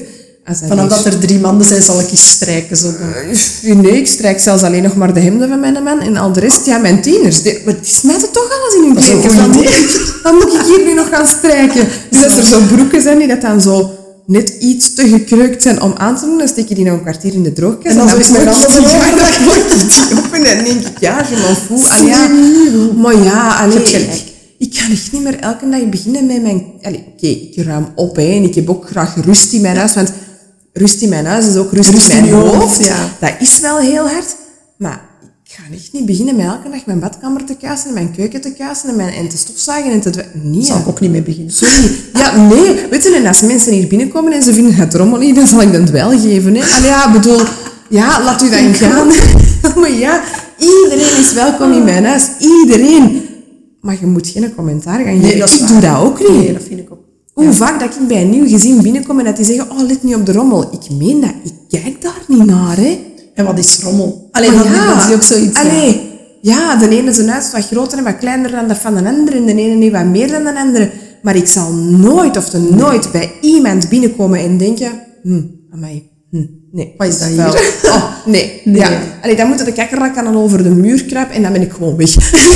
Als dat Vanaf is. dat er 3 mannen zijn, zal ik eens strijken. Zo. Nee, ik strijk zelfs alleen nog maar de hemden van mijn man. En al de rest, ja, mijn tieners. Maar die smijten toch alles in hun Dat is een kleedjes. goed idee. Dan moet ik hier nu nog gaan strijken. Dus als er zo broeken zijn die dat dan zo net iets te gekreukt zijn om aan te doen, dan steek je die nog een kwartier in de droogkast. En dan zo is mijn pluk handen je zo die- lang. dan pluk je die op en dan denk ik, ja, je m'en fout. Ah, ja. Maar ja, allee, Je hebt gelijk. ik kan echt niet meer elke dag beginnen met mijn... Oké, ik ruim op, hè, en ik heb ook graag rust in mijn huis, want rust in mijn huis is ook rust in mijn hoofd. ja. Dat is wel heel hard, maar ik ga echt niet beginnen met elke dag mijn badkamer te kuisen en mijn keuken te kuisen en te stofzuigen en te... Nee, Daar zal ik ook niet mee beginnen. sorry. Ja, nee. Weet je, en als mensen hier binnenkomen en ze vinden het rommelig, dan zal ik dat wel geven. Hè. Allee, ja, bedoel... Ja, laat u dan gaan. Maar ja, iedereen is welkom in mijn huis. Iedereen. Maar je moet geen commentaar gaan geven. dat is Ik waar. doe dat ook niet. Nee, dat vind ik ook. Hoe vaak dat ik bij een nieuw gezin binnenkom en dat die zeggen, oh, let niet op de rommel. Ik meen dat. Ik kijk daar niet naar, hè. En wat is rommel? Allee, Maar dat is ook zoiets. Allee, ja, de ene zijn huis is wat groter en wat kleiner dan dat van de andere. En de ene niet wat meer dan de andere. Maar ik zal nooit bij iemand binnenkomen en denken... Amai, nee. Wat is dat wel- hier? Oh, nee. Nee. Ja. Allee, dan moeten de kakkerlakken dan over de muur kruipen en dan ben ik gewoon weg.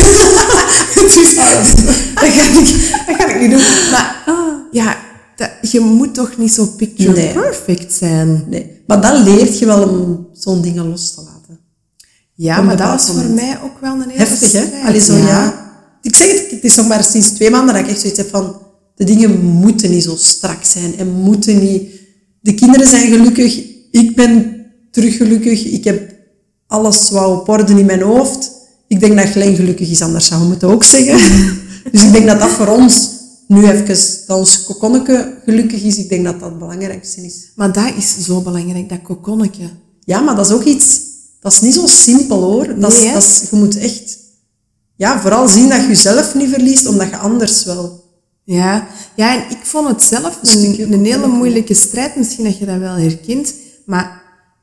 Dus, dat ga ik niet doen. Maar ja, je moet toch niet zo picture Nee. perfect zijn. Nee. Maar dan leert je wel om zo'n dingen los te laten. Ja, Op een maar dat bepaald was voor moment. mij ook wel een hele Heftig, hè? strijd. Allee, zo, ja. Ik zeg het is nog maar sinds 2 maanden dat ik echt zoiets heb van... De dingen moeten niet zo strak zijn en moeten niet... De kinderen zijn gelukkig, ik ben terug gelukkig, ik heb alles wat op orde in mijn hoofd. Ik denk dat Glenn gelukkig is, anders zou we het ook zeggen. Dus ik denk dat dat voor ons nu even, dat ons kokonneke gelukkig is, ik denk dat dat het belangrijkste is. Maar dat is zo belangrijk, dat kokonnetje. Ja, maar dat is ook iets... Dat is niet zo simpel, hoor. Dat is, Nee, hè? je moet echt... Ja, vooral zien dat je jezelf niet verliest, omdat je anders wel... Ja, en ik vond het zelf een hele moeilijke strijd. Misschien dat je dat wel herkent. Maar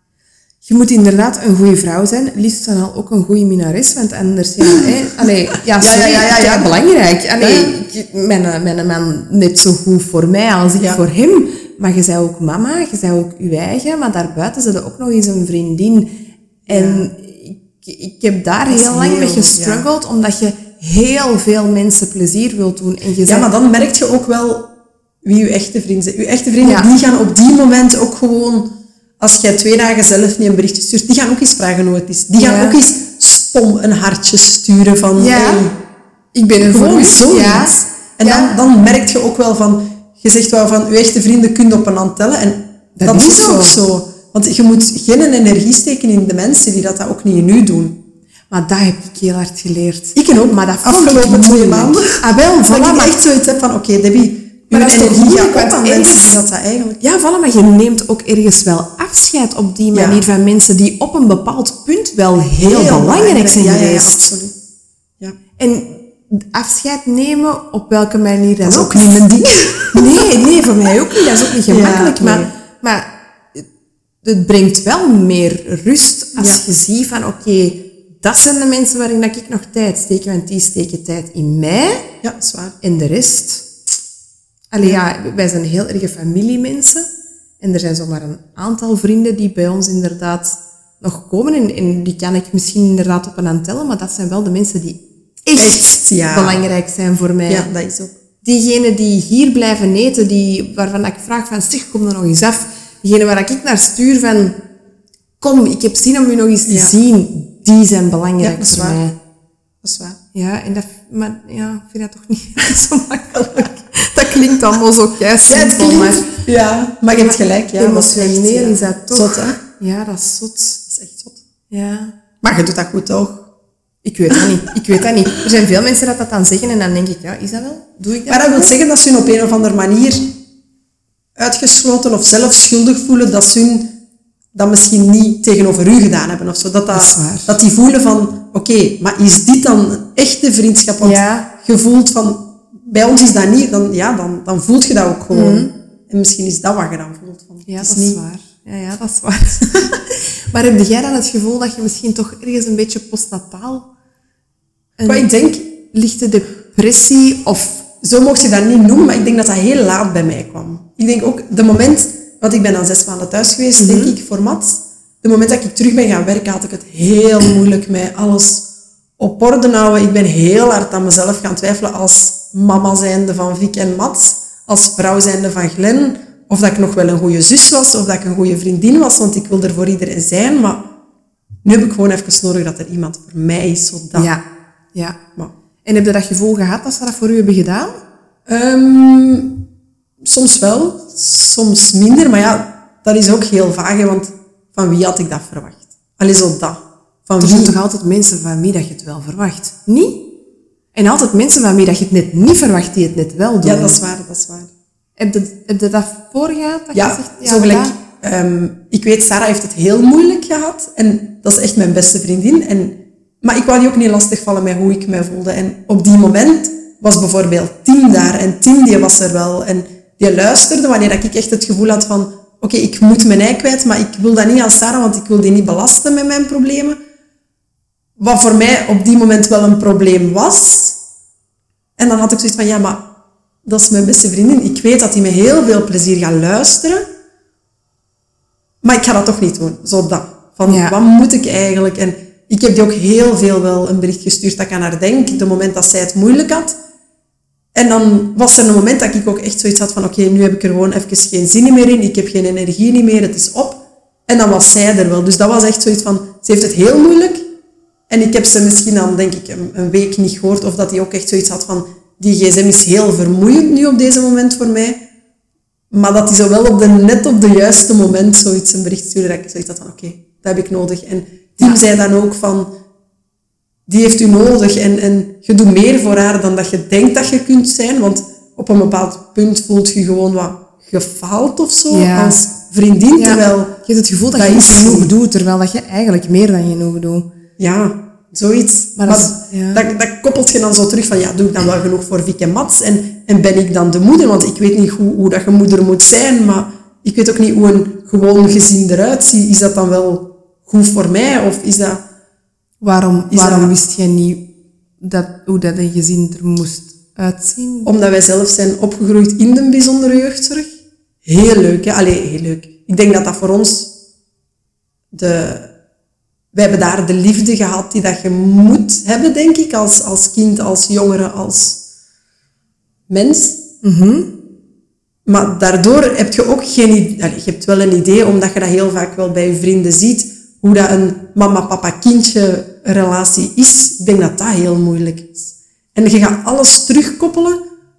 je moet inderdaad een goede vrouw zijn. Liefst dan al ook een goede minares. Want anders, ja... Allee, ja, sorry. Ja. Belangrijk. Allee, mijn man net zo goed voor mij als ik voor hem. Maar je bent ook mama, je bent ook je eigen. Maar daarbuiten zit er ook nog eens een vriendin. En ik heb daar heel lang mee gestruggeld. Omdat je heel veel mensen plezier wilt doen. En je Ja, maar dan merk je ook wel wie je echte vrienden zijn. Je echte vrienden, die gaan op die moment ook gewoon... Als jij 2 dagen zelf niet een berichtje stuurt, die gaan ook eens vragen hoe het is. Die gaan ook eens stom een hartje sturen van... Ja, hey, ik ben er voor gewoon u. zoiets. Ja. En dan merk je ook wel van... Je zegt wel van, je echte vrienden kun je op een hand tellen. En dat is ook zo. Want je moet geen energie steken in de mensen die dat ook niet in u doen. Maar dat heb ik heel hard geleerd. Ik ook, Maar dat vond ik afgelopen 2 moeilijk. maanden. Ah, wel, Dat voilà, ik maar echt zoiets heb van, oké, Debbie... Maar Uw dat is toch energie moeilijk, gaat op want aan mensen ergens- die dat eigenlijk... Ja, voilà, maar je neemt ook ergens wel afscheid op die manier van mensen die op een bepaald punt wel heel belangrijk zijn geweest. Ja, absoluut. Ja. En afscheid nemen, op welke manier dan Dat is ook. ook niet mijn ding. Nee, voor mij ook niet. Dat is ook niet gemakkelijk. Ja, nee. Maar het brengt wel meer rust als je ziet van oké, dat zijn de mensen waarin dat ik nog tijd steek, want die steken tijd in mij. Ja, dat is waar. En de rest... Allee, ja, wij zijn heel erg familiemensen. En er zijn zomaar een aantal vrienden die bij ons inderdaad nog komen. En die kan ik misschien inderdaad op een hand tellen. Maar dat zijn wel de mensen die echt belangrijk zijn voor mij. Ja, dat is ook. Diegenen die hier blijven eten, waarvan ik vraag van, zeg, kom er nog eens af. Diegenen waar ik naar stuur van, kom, ik heb zin om u nog eens te zien. Die zijn belangrijk voor mij. Dat is waar. Ja, maar ja, ik vind dat toch niet zo makkelijk. Dat klinkt allemaal zo kei simpel, maar... Ja, maar je hebt gelijk. Ja, emotioneel is dat toch... Zot, hè? Ja, dat is zot. Dat is echt zot. Ja. Maar je doet dat goed, toch? Ik weet dat niet. Er zijn veel mensen dat dan zeggen en dan denk ik, ja, is dat wel? Doe ik dat? Maar dat wil zeggen dat ze hun op een of andere manier uitgesloten of zelf schuldig voelen dat ze hun dat misschien niet tegenover u gedaan hebben of zo. Dat die voelen van, oké, maar is dit dan een echte vriendschap? Want je voelt van, bij ons is dat niet, dan voelt je dat ook gewoon. En misschien is dat wat je dan voelt. Van, ja, dat is waar. Ja, dat is waar. Maar heb jij dan het gevoel dat je misschien toch ergens een beetje postnataal Maar ik denk, lichte depressie of... Zo mocht je dat niet noemen, maar ik denk dat dat heel laat bij mij kwam. Ik denk ook, Want ik ben dan 6 maanden thuis geweest, denk ik, voor Mats. De moment dat ik terug ben gaan werken, had ik het heel moeilijk met alles op orde houden. Ik ben heel hard aan mezelf gaan twijfelen als mama zijnde van Vic en Mats. Als vrouw zijnde van Glenn. Of dat ik nog wel een goede zus was, of dat ik een goede vriendin was, want ik wil er voor iedereen zijn. Maar nu heb ik gewoon even nodig dat er iemand voor mij is. Zodat. Ja. Maar, En heb je dat gevoel gehad dat ze dat voor u hebben gedaan? soms wel, soms minder. Maar ja, dat is ook heel vaag, hè, want van wie had ik dat verwacht? Allee, zo dat. Van Er wie? zijn toch altijd mensen van wie dat je het wel verwacht? Niet? En altijd mensen van wie dat je het net niet verwacht, die het net wel doen. Ja, dat is waar. Heb je dat voorgehad? Dat Ja, je zegt, zo gelijk. Ik weet, Sarah heeft het heel moeilijk gehad. En dat is echt mijn beste vriendin. Maar ik wou die ook niet lastigvallen met hoe ik mij voelde. En op die moment was bijvoorbeeld Tim daar. En Tim die was er wel. En die luisterde wanneer ik echt het gevoel had van... Oké, ik moet mijn ei kwijt, maar ik wil dat niet aan Sarah, want ik wil die niet belasten met mijn problemen. Wat voor mij op die moment wel een probleem was. En dan had ik zoiets van, ja, maar dat is mijn beste vriendin. Ik weet dat die met heel veel plezier gaat luisteren. Maar ik ga dat toch niet doen. Zo dat. Van, wat moet ik eigenlijk? En ik heb die ook heel veel wel een bericht gestuurd dat ik aan haar denk. De moment dat zij het moeilijk had. En dan was er een moment dat ik ook echt zoiets had van... Oké, nu heb ik er gewoon even geen zin meer in. Ik heb geen energie meer. Het is op. En dan was zij er wel. Dus dat was echt zoiets van... Ze heeft het heel moeilijk. En ik heb ze misschien dan, denk ik, een week niet gehoord. Of dat hij ook echt zoiets had van... Die gsm is heel vermoeiend nu op deze moment voor mij. Maar dat hij zo wel net op de juiste moment zoiets een bericht stuurde. Dat ik zoiets had van, oké, dat heb ik nodig. En Tim zei dan ook van... Die heeft u nodig en je doet meer voor haar dan dat je denkt dat je kunt zijn. Want op een bepaald punt voelt je gewoon wat gefaald of zo als vriendin. Ja. Terwijl je hebt het gevoel dat je is niet genoeg doet, terwijl dat je eigenlijk meer dan genoeg doet. Ja, zoiets. Maar dat koppelt je dan zo terug van, ja, doe ik dan wel genoeg voor Vic en Mats? En ben ik dan de moeder? Want ik weet niet hoe dat je moeder moet zijn, maar ik weet ook niet hoe een gewoon gezin eruit ziet. Is dat dan wel goed voor mij? Of is dat... Waarom wist jij niet hoe dat een gezin er moest uitzien? Omdat wij zelf zijn opgegroeid in de bijzondere jeugdzorg. Heel leuk, hè? Allee, heel leuk. Ik denk dat dat voor ons... Wij hebben daar de liefde gehad die dat je moet hebben, denk ik. Als kind, als jongere, als mens. Maar daardoor heb je ook geen idee... Je hebt wel een idee, omdat je dat heel vaak wel bij je vrienden ziet... Hoe dat een mama-papa-kindje relatie is. Ik denk dat dat heel moeilijk is. En je gaat alles terugkoppelen.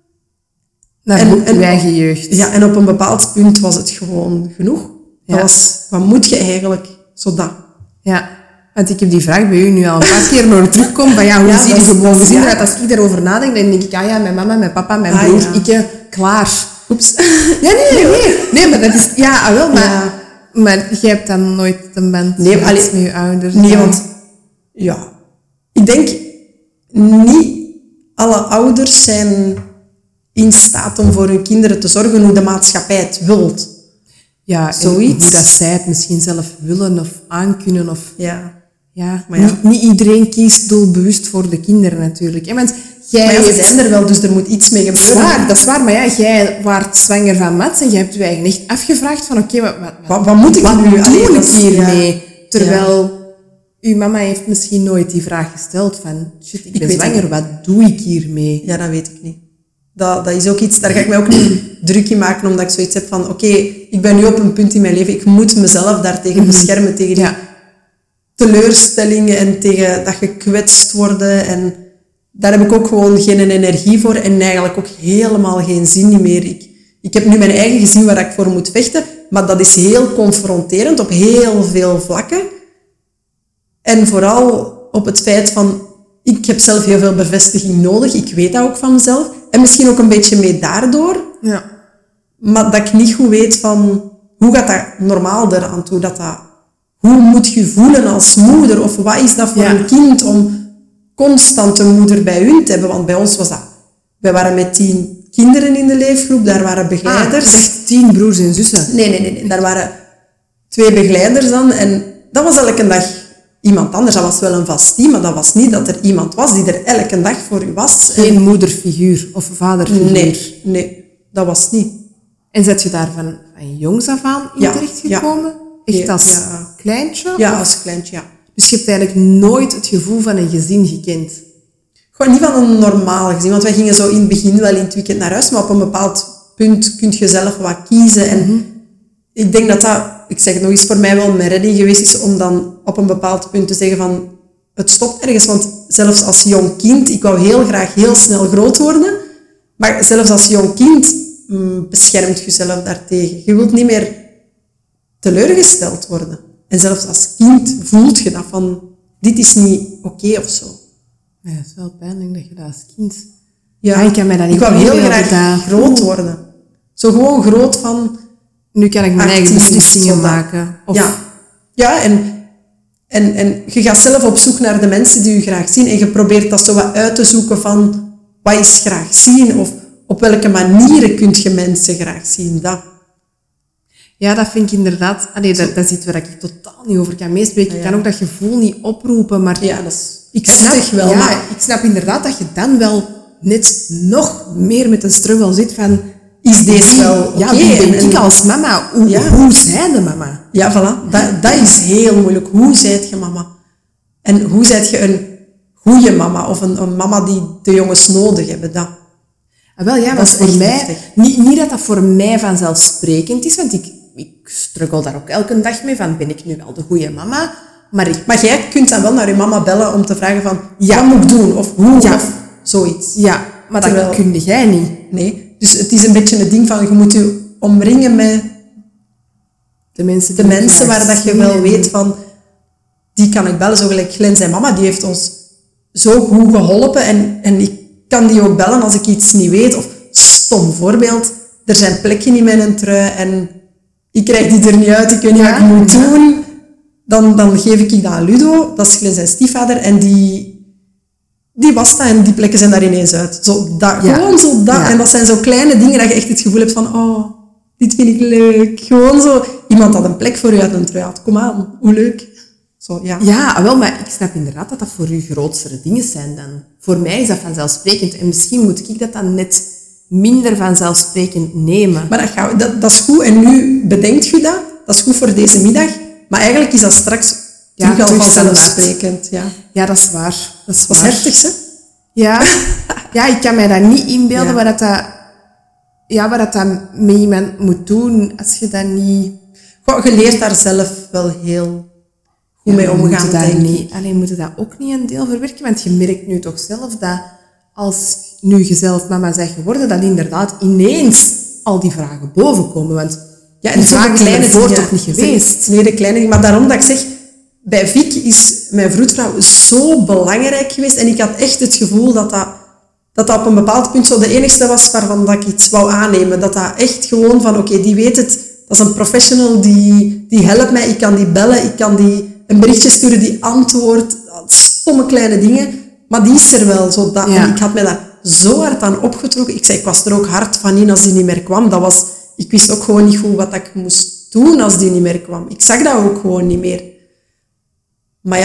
Naar je eigen jeugd. Ja, en op een bepaald punt was het gewoon genoeg. Dat was, wat moet je eigenlijk? Zodat. Ja, want ik heb die vraag bij u nu al een paar keer nog terugkomen. Van hoe zie je gewoon gezien eruit? Als ik daarover nadenk, dan denk ik, mijn mama, mijn papa, mijn broer, ik, klaar. Oeps. Ja, nee, maar dat is... Ja, wel, maar... Ja. Maar jij hebt dan nooit een band met je ouders? Nee, want... Ja. Ik denk, niet alle ouders zijn in staat om voor hun kinderen te zorgen hoe de maatschappij het wilt. Ja, zoiets. Hoe dat zij het misschien zelf willen of aankunnen. Of, maar niet iedereen kiest doelbewust voor de kinderen natuurlijk. Want ze zijn er wel, dus er moet iets mee gebeuren. Dat is waar, maar jij waart zwanger van Mats en jij hebt je eigen echt afgevraagd van wat moet ik nu? Wat doe ik hiermee? Terwijl uw mama heeft misschien nooit die vraag gesteld van shit, ik ben zwanger, wat doe ik hiermee? Ja, dat weet ik niet. Dat is ook iets, daar ga ik mij ook niet druk in maken, omdat ik zoiets heb van oké, ik ben nu op een punt in mijn leven, ik moet mezelf daartegen beschermen, tegen die teleurstellingen en tegen dat gekwetst worden. En daar heb ik ook gewoon geen energie voor en eigenlijk ook helemaal geen zin meer. Ik heb nu mijn eigen gezin waar ik voor moet vechten, maar dat is heel confronterend op heel veel vlakken. En vooral op het feit van, ik heb zelf heel veel bevestiging nodig, ik weet dat ook van mezelf. En misschien ook een beetje mee daardoor. Ja. Maar dat ik niet goed weet van, hoe gaat dat normaal eraan toe? Hoe moet je voelen als moeder? Of wat is dat voor een kind om constant een moeder bij hun te hebben? Want bij ons was dat... Wij waren met 10 kinderen in de leefgroep, daar waren begeleiders. Echt 10 broers en zussen? Nee. Daar waren 2 begeleiders dan. En dat was elke dag iemand anders. Dat was wel een vast team, maar dat was niet dat er iemand was die er elke dag voor u was. Geen moederfiguur of vaderfiguur? Nee, dat was niet. En zet je daarvan van jongs af aan in terechtgekomen? Echt als kleintje? Ja, als kleintje, ja. Dus je hebt eigenlijk nooit het gevoel van een gezin gekend? Gewoon niet van een normaal gezin. Want wij gingen zo in het begin wel in het weekend naar huis. Maar op een bepaald punt kun je zelf wat kiezen. En ik denk dat, ik zeg het nog eens, voor mij wel mijn redding geweest is om dan op een bepaald punt te zeggen van, het stopt ergens. Want zelfs als jong kind, ik wou heel graag heel snel groot worden. Maar zelfs als jong kind beschermt je jezelf daartegen. Je wilt niet meer teleurgesteld worden. En zelfs als kind voelt je dat van, dit is niet oké of zo. Ja, het is wel pijnlijk dat je dat als kind... Ja, ik kan mij dat niet ik wou heel inbeelden graag groot worden. Zo gewoon groot van... Nu kan ik mijn eigen beslissingen maken. Of... Ja, en je gaat zelf op zoek naar de mensen die je graag zien. En je probeert dat zo wat uit te zoeken van, wat is graag zien? Of op welke manieren kun je mensen graag zien? Dat. Ja, dat vind ik inderdaad... dat is iets waar ik totaal niet over kan meespreken. Ik kan ook dat gevoel niet oproepen, maar... Ja, dat is... Ik snap wel. Ja, maar ik snap inderdaad dat je dan wel net nog meer met een struggle zit van... Is deze wel oké? Ja, wie ben ik als mama? Hoe zijn de mama? Ja, voilà. Dat is heel moeilijk. Hoe zijt je mama? En hoe zijt je een goede mama? Of een mama die de jongens nodig hebben? Dat. Wel ja, dat want voor mij... Niet dat dat voor mij vanzelfsprekend is, want ik struggle daar ook elke dag mee van, ben ik nu wel de goede mama? Maar jij kunt dan wel naar je mama bellen om te vragen van, wat moet ik doen? Of hoe? Ja. Of zoiets. Ja, maar dat kun jij niet. Nee. Dus het is een beetje het ding van, je moet je omringen met de mensen waar dat je wel weet van, die kan ik bellen. Zo gelijk Glenn zijn mama, die heeft ons zo goed geholpen. En ik kan die ook bellen als ik iets niet weet. Of stom voorbeeld, er zijn plekken in mijn trui en ik krijg die er niet uit, ik weet niet wat ik moet doen. Dan geef ik dat aan Ludo, dat is Glenn zijn stiefvader, en die wast dat en die plekken zijn daar ineens uit. Gewoon zo dat. Ja. En dat zijn zo kleine dingen dat je echt het gevoel hebt van, oh, dit vind ik leuk. Gewoon zo, iemand had een plek voor u uit een trui had. Kom aan, hoe leuk. Zo, ja. Ja, wel, maar ik snap inderdaad dat dat voor u grotere dingen zijn dan. Voor mij is dat vanzelfsprekend. En misschien moet ik dat dan net minder vanzelfsprekend nemen. Maar dat is goed. En nu bedenkt je dat. Dat is goed voor deze middag. Maar eigenlijk is dat straks terug al vanzelfsprekend. Ja, dat is waar. Dat is heftig, hè? Ja. Ja, ik kan mij dat niet inbeelden wat dat met iemand moet doen als je dat niet... Goh, je leert daar zelf wel heel goed mee omgaan, denk ik. Alleen moet je dat ook niet een deel verwerken, want je merkt nu toch zelf dat als nu je zelf mama bent geworden, dat inderdaad ineens al die vragen bovenkomen. Want en die vragen zijn ervoor toch niet geweest. Nee, de kleine dingen. Maar daarom dat ik zeg, bij Vic is mijn vroedvrouw zo belangrijk geweest. En ik had echt het gevoel dat op een bepaald punt zo de enigste was waarvan dat ik iets wou aannemen. Dat echt gewoon van, oké, die weet het. Dat is een professional, die helpt mij. Ik kan die bellen, ik kan die een berichtje sturen, die antwoordt. Stomme kleine dingen. Maar die is er wel. Zo dat. En ik had mij daar zo hard aan opgetrokken. Ik was er ook hard van in als die niet meer kwam. Ik wist ook gewoon niet goed wat ik moest doen als die niet meer kwam. Ik zag dat ook gewoon niet meer. Maar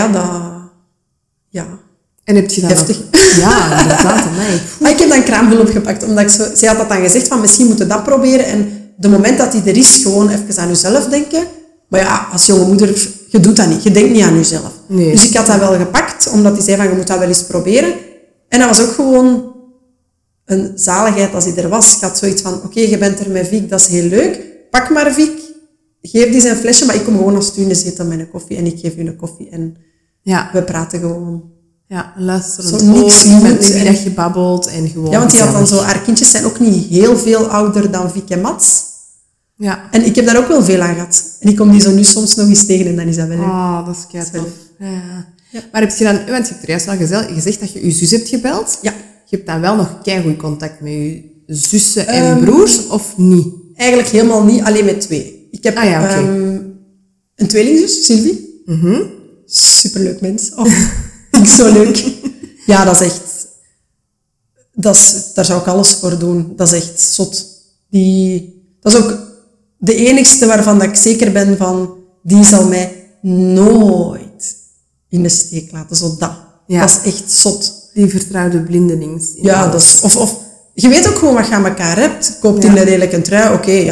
En heb je dat heftig? Ja, inderdaad. Maar ik heb dan kraamhulp gepakt, omdat zij had dat dan gezegd van, misschien moeten we dat proberen. En de moment dat die er is, gewoon even aan jezelf denken. Maar ja, als jonge moeder, je doet dat niet. Je denkt niet aan jezelf. Nee. Dus ik had dat wel gepakt, omdat hij zei van, je moet dat wel eens proberen. En dat was ook gewoon een zaligheid als hij er was. Ik had zoiets van, oké, je bent er met Vic, dat is heel leuk. Pak maar Vic, geef die zijn flesje, maar ik kom gewoon als u zitten met een koffie en ik geef u een koffie en we praten gewoon. Ja, luisterend zo niks met wie dat je babbelt en gewoon... Ja, want die had dan zo, haar kindjes zijn ook niet heel veel ouder dan Vic en Mats. Ja. En ik heb daar ook wel veel aan gehad. En ik kom die zo nu soms nog eens tegen en dan is dat wel leuk. Oh, dat is keitof. Ja. Maar heb je dan, want je hebt er juist al gezegd dat je je zus hebt gebeld. Ja. Je hebt dan wel nog keigoed contact met je zussen en broers, of niet? Eigenlijk helemaal niet, alleen met 2. Ik heb een tweelingzus, Sylvie. Superleuk mens. Oh, vind ik zo leuk. Ja, dat is echt... daar zou ik alles voor doen. Dat is echt zot. Dat is ook de enigste waarvan dat ik zeker ben van... Die zal mij nooit in de steek laten. Zo dat. Ja. Dat is echt zot. Die vertrouwde blindelings. Ja, dat is... Of je weet ook gewoon wat je aan elkaar hebt. Koopt in een redelijk trui. Oké, ja.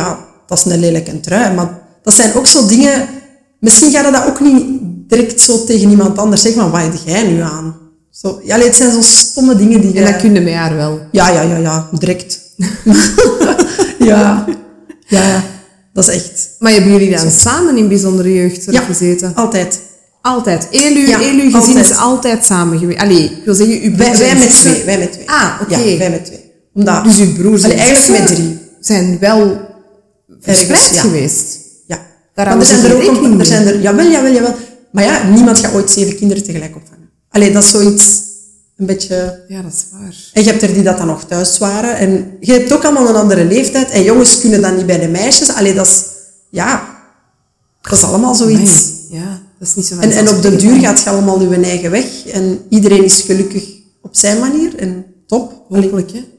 dat is een lelijke trui. Maar dat zijn ook zo dingen... Misschien ga je dat ook niet direct zo tegen iemand anders zeggen, van wat heb jij nu aan? Zo, ja, het zijn zo stomme dingen die... En dat kun je met haar wel. Ja, direct. ja, dat is echt... Maar hebben jullie dan samen in bijzondere jeugdzorg gezeten? Altijd. Altijd. Heel uw gezin is altijd samen geweest. Allee, ik wil zeggen, uw broers wij met twee. Ah, oké. Ja, wij met twee. Omdat, dus uw broers en eigenlijk met 3. zijn wel verspreid geweest. Ja. Daar maar er zijn er jawel. Maar ja, niemand gaat ooit 7 kinderen tegelijk opvangen. Allee, dat is zoiets een beetje... Ja, dat is waar. En je hebt er die dat dan nog thuis waren. En je hebt ook allemaal een andere leeftijd. En jongens kunnen dan niet bij de meisjes. Allee, dat is... Ja, dat is allemaal zoiets. Amai. Ja, dat is niet zo en op de duur gaat je allemaal uw eigen weg. En iedereen is gelukkig op zijn manier. En top. Hopelijk, hè.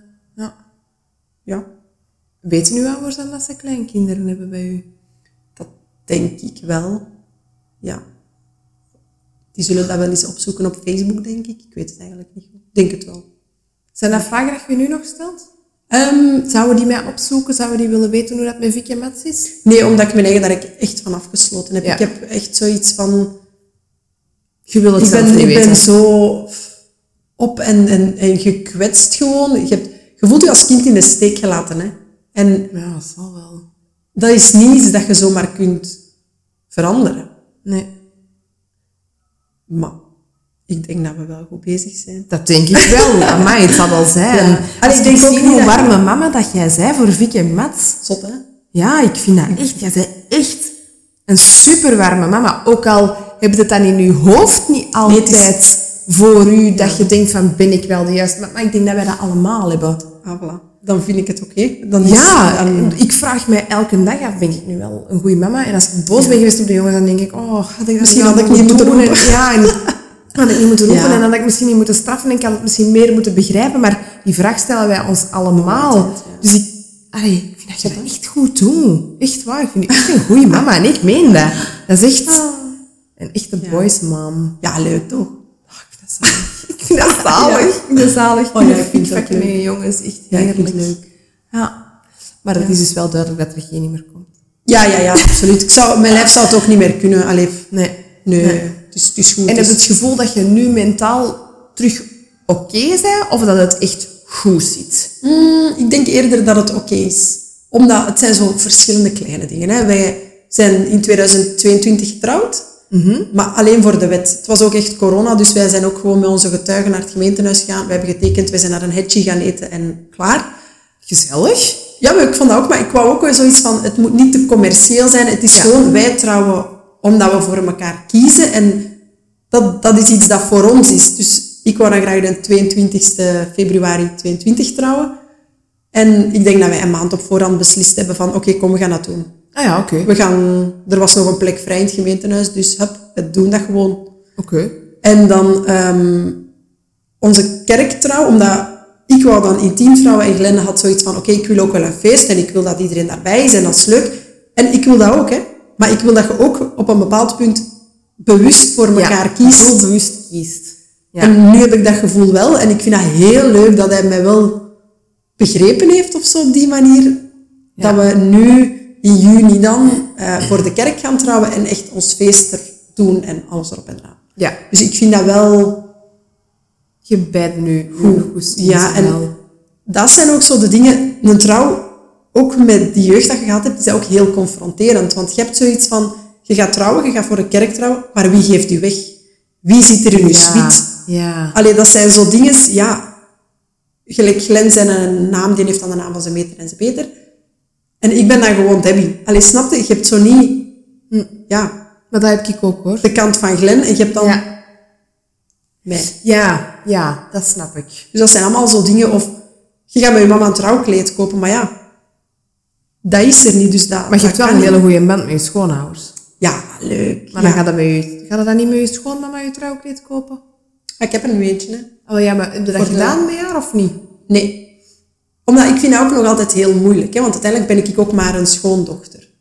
Ja. Ja. Weten uw ouders dan dat ze kleinkinderen hebben bij u? Dat denk ik wel. Ja. Die zullen dat wel eens opzoeken op Facebook, denk ik. Ik weet het eigenlijk niet goed. Ik denk het wel. Zijn dat vragen dat je nu nog stelt? Zouden die mij opzoeken? Zouden die willen weten hoe dat met Vicky en Mats is? Nee, omdat ik mijn eigen daar echt van afgesloten heb. Ja. Ik heb echt zoiets van... Je wil het zelf niet weten. Ik ben zo op en gekwetst gewoon. Je voelt je als kind in de steek gelaten. Hè? En ja, dat zal wel. Dat is niet iets dat je zomaar kunt veranderen. Nee. Maar ik denk dat we wel goed bezig zijn. Dat denk ik wel. Amai, het zal wel zijn. Ja. Allee, ik denk ook hoe warme mama dat jij zei voor Vicky en Mats. Zot, hè? Ja, ik vind dat echt. Jij zei echt een super warme mama. Ook al heb je het dan in je hoofd niet altijd voor u, dat je denkt van, ben ik wel de juiste. Maar ik denk dat wij dat allemaal hebben. Ah, voilà. Dan vind ik het oké. Ik vraag mij elke dag af, ben ik nu wel een goede mama? En als ik boos ben geweest op de jongens, dan denk ik, misschien had ik niet moeten roepen. Had ik niet moeten roepen en dan had ik misschien niet moeten straffen en ik had het misschien meer moeten begrijpen. Maar die vraag stellen wij ons allemaal. Altijd, ja. Dus ik vind dat je dat echt goed doet. Echt waar, ik vind je echt een goede mama. En ik meen dat. Dat is echt een echte boys mom. Ja, leuk toch? Ik vind dat zalig. Ik vind dat zalig. Oh ja, ik vind dat leuk. Mee, jongens, echt heerlijk. Leuk. Ja. Maar het is dus wel duidelijk dat er geen meer komt. Ja, absoluut. Mijn lijf zou het ook niet meer kunnen. Allee, nee. Het is goed. En heb je het gevoel dat je nu mentaal terug oké bent, of dat het echt goed zit? Ik denk eerder dat het oké is. Omdat het zijn zo verschillende kleine dingen. Hè. Wij zijn in 2022 getrouwd. Maar alleen voor de wet. Het was ook echt corona, dus wij zijn ook gewoon met onze getuigen naar het gemeentehuis gegaan. We hebben getekend, we zijn naar een hetji gaan eten en klaar. Gezellig. Ja, maar ik vond dat ook. Maar ik wou ook wel zoiets van, het moet niet te commercieel zijn. Het is gewoon, wij trouwen omdat we voor elkaar kiezen. En dat is iets dat voor ons is. Dus ik wou dan graag de 22 februari 22 trouwen. En ik denk dat wij een maand op voorhand beslist hebben van, oké, kom, we gaan dat doen. Ah ja, oké. Er was nog een plek vrij in het gemeentehuis, dus we doen dat gewoon. Oké. En dan onze kerktrouw, omdat ik wou dan intiem trouwen en Glenn had zoiets van, oké, ik wil ook wel een feest en ik wil dat iedereen daarbij is en dat is leuk. En ik wil dat ook, hè. Maar ik wil dat je ook op een bepaald punt bewust voor elkaar kiest. Heel bewust kiest. Ja. En nu heb ik dat gevoel wel en ik vind dat heel leuk dat hij mij wel begrepen heeft of zo op die manier. Ja. Dat we nu in juni dan voor de kerk gaan trouwen en echt ons feest er doen en alles erop en eraan. Ja. Dus ik vind dat wel... Je bijt nu goed. Ja, en dat zijn ook zo de dingen... Een trouw, ook met die jeugd dat je gehad hebt, is dat ook heel confronterend. Want je hebt zoiets van... Je gaat trouwen, je gaat voor de kerk trouwen, maar wie geeft u weg? Wie zit er in uw suite? Ja. Allee, dat zijn zo dingen... Ja, gelijk Glenn zijn naam, die heeft dan de naam van zijn meter en zijn beter. En ik ben dan gewoon Debbie. Allee, snap je? Je hebt zo niet... Ja. Maar dat heb ik ook, hoor. De kant van Glenn en je hebt dan... mij. Ja, dat snap ik. Dus dat zijn allemaal zo dingen... Of je gaat met je mama een trouwkleed kopen, maar ja... Dat is er niet, dus dat... Maar je hebt wel een hele goede band met je schoonouders. Ja, leuk. Maar dan gaat dat dan niet met je schoonmama je trouwkleed kopen? Maar ik heb er nu eentje, hè. Oh ja, maar heb je dat gedaan met haar, of niet? Nee. Omdat ik vind dat ook nog altijd heel moeilijk, hè. Want uiteindelijk ben ik ook maar een schoondochter.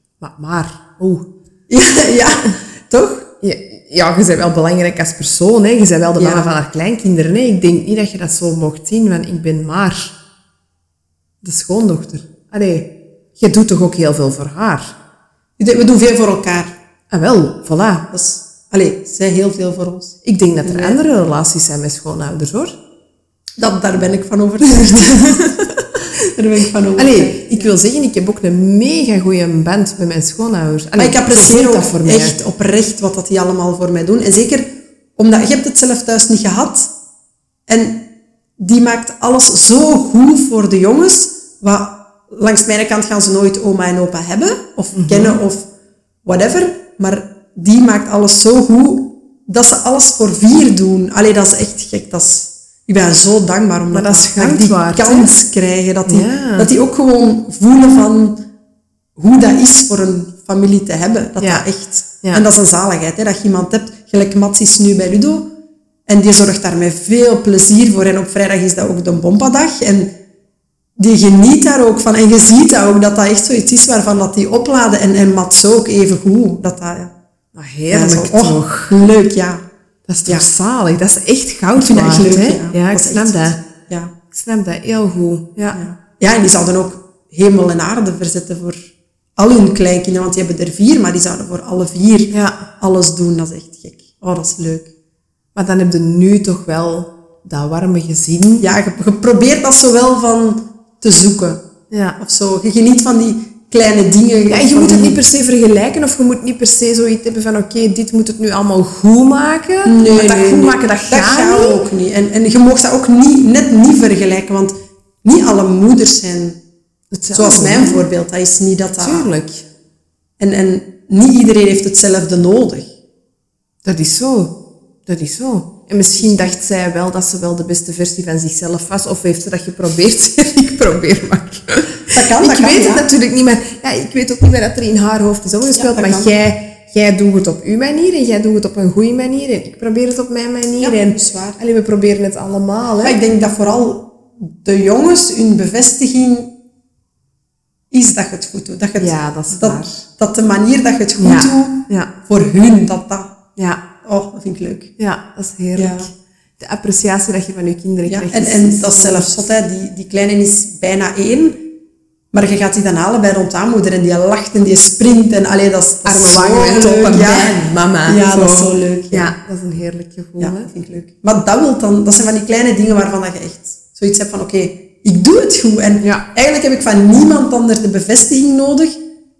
Ja, toch? Ja, je bent wel belangrijk als persoon, hè. Je bent wel de mama van haar kleinkinderen, hè. Ik denk niet dat je dat zo mocht zien, want ik ben maar de schoondochter. Allee, je doet toch ook heel veel voor haar? We doen veel voor elkaar. Ah wel, voilà. Dat is, zij heel veel voor ons. Ik denk dat er andere relaties zijn met schoonouders, hoor. Daar ben ik van overtuigd. Daar ben ik van overtuigd. Ik wil zeggen, ik heb ook een mega goede band met mijn schoonouders. Maar ik apprecieer dat ook voor mij. echt oprecht wat dat die allemaal voor mij doen. En zeker omdat je hebt het zelf thuis niet gehad. En die maakt alles zo goed voor de jongens. Wat, langs mijn kant gaan ze nooit oma en opa hebben. Of kennen of whatever. Maar die maakt alles zo goed dat ze alles voor 4 doen. Dat is echt gek. Ik ben zo dankbaar omdat dat die waard, kans krijgen. Dat die ook gewoon voelen van hoe dat is voor een familie te hebben. Dat echt... Ja. En dat is een zaligheid. Hè, dat je iemand hebt, gelijk Mats is nu bij Ludo. En die zorgt daar met veel plezier voor. En op vrijdag is dat ook de Bompadag. En die geniet daar ook van. En je ziet dat ook, dat dat echt zoiets is waarvan dat die opladen. En Mats ook even goed. Maar heerlijk toch. Leuk, ja. Dat is toch zalig. Dat is echt goud Ik vind dat waard, echt leuk, hè? Ja, ik snap dat. Ja. Ik snap dat heel goed. Ja, en die zouden ook hemel en aarde verzetten voor al hun kleinkinderen. Want die hebben er 4, maar die zouden voor alle 4 alles doen. Dat is echt gek. Oh, dat is leuk. Maar dan heb je nu toch wel dat warme gezin. Ja, je probeert dat zo wel van te zoeken. Ja. Of zo. Je geniet van die kleine dingen. Ja, je moet het niet per se vergelijken of je moet niet per se zoiets hebben van oké, dit moet het nu allemaal goed maken. Nee, maar dat goed maken, dat gaat niet. ook niet. En je mag dat ook net niet vergelijken, want niet alle moeders zijn Hetzelfde, zoals mijn voorbeeld. Dat is niet dat... Tuurlijk. En niet iedereen heeft hetzelfde nodig. Dat is zo. Dat is zo. En misschien dacht zij wel dat ze wel de beste versie van zichzelf was. Of heeft ze dat geprobeerd? Ik probeer maar. Ik weet het natuurlijk niet, maar ik weet ook niet wat er in haar hoofd is omgespeeld. Maar jij doet het op uw manier en jij doet het op een goede manier. En ik probeer het op mijn manier. Ja, en dat is waar. We proberen het allemaal. Hè? Maar ik denk dat vooral de jongens hun bevestiging is dat je het goed doet. Dat je het, dat is waar. Dat de manier dat je het goed doet, voor hun, dat... Oh, dat vind ik leuk. Ja, dat is heerlijk. Ja. De appreciatie dat je van je kinderen krijgt. En dat is zelfs zot, hè. Die kleine is bijna 1, maar je gaat die dan halen bij de ontmoeder en die lacht en die sprint en dat is armen vangen zo leuk. Mama. Ja, dat is zo leuk. Ja, dat is een heerlijk gevoel. Ja, hè? dat vind ik leuk. Maar dat zijn van die kleine dingen waarvan dat je echt zoiets hebt van oké, ik doe het goed. En eigenlijk heb ik van niemand anders de bevestiging nodig,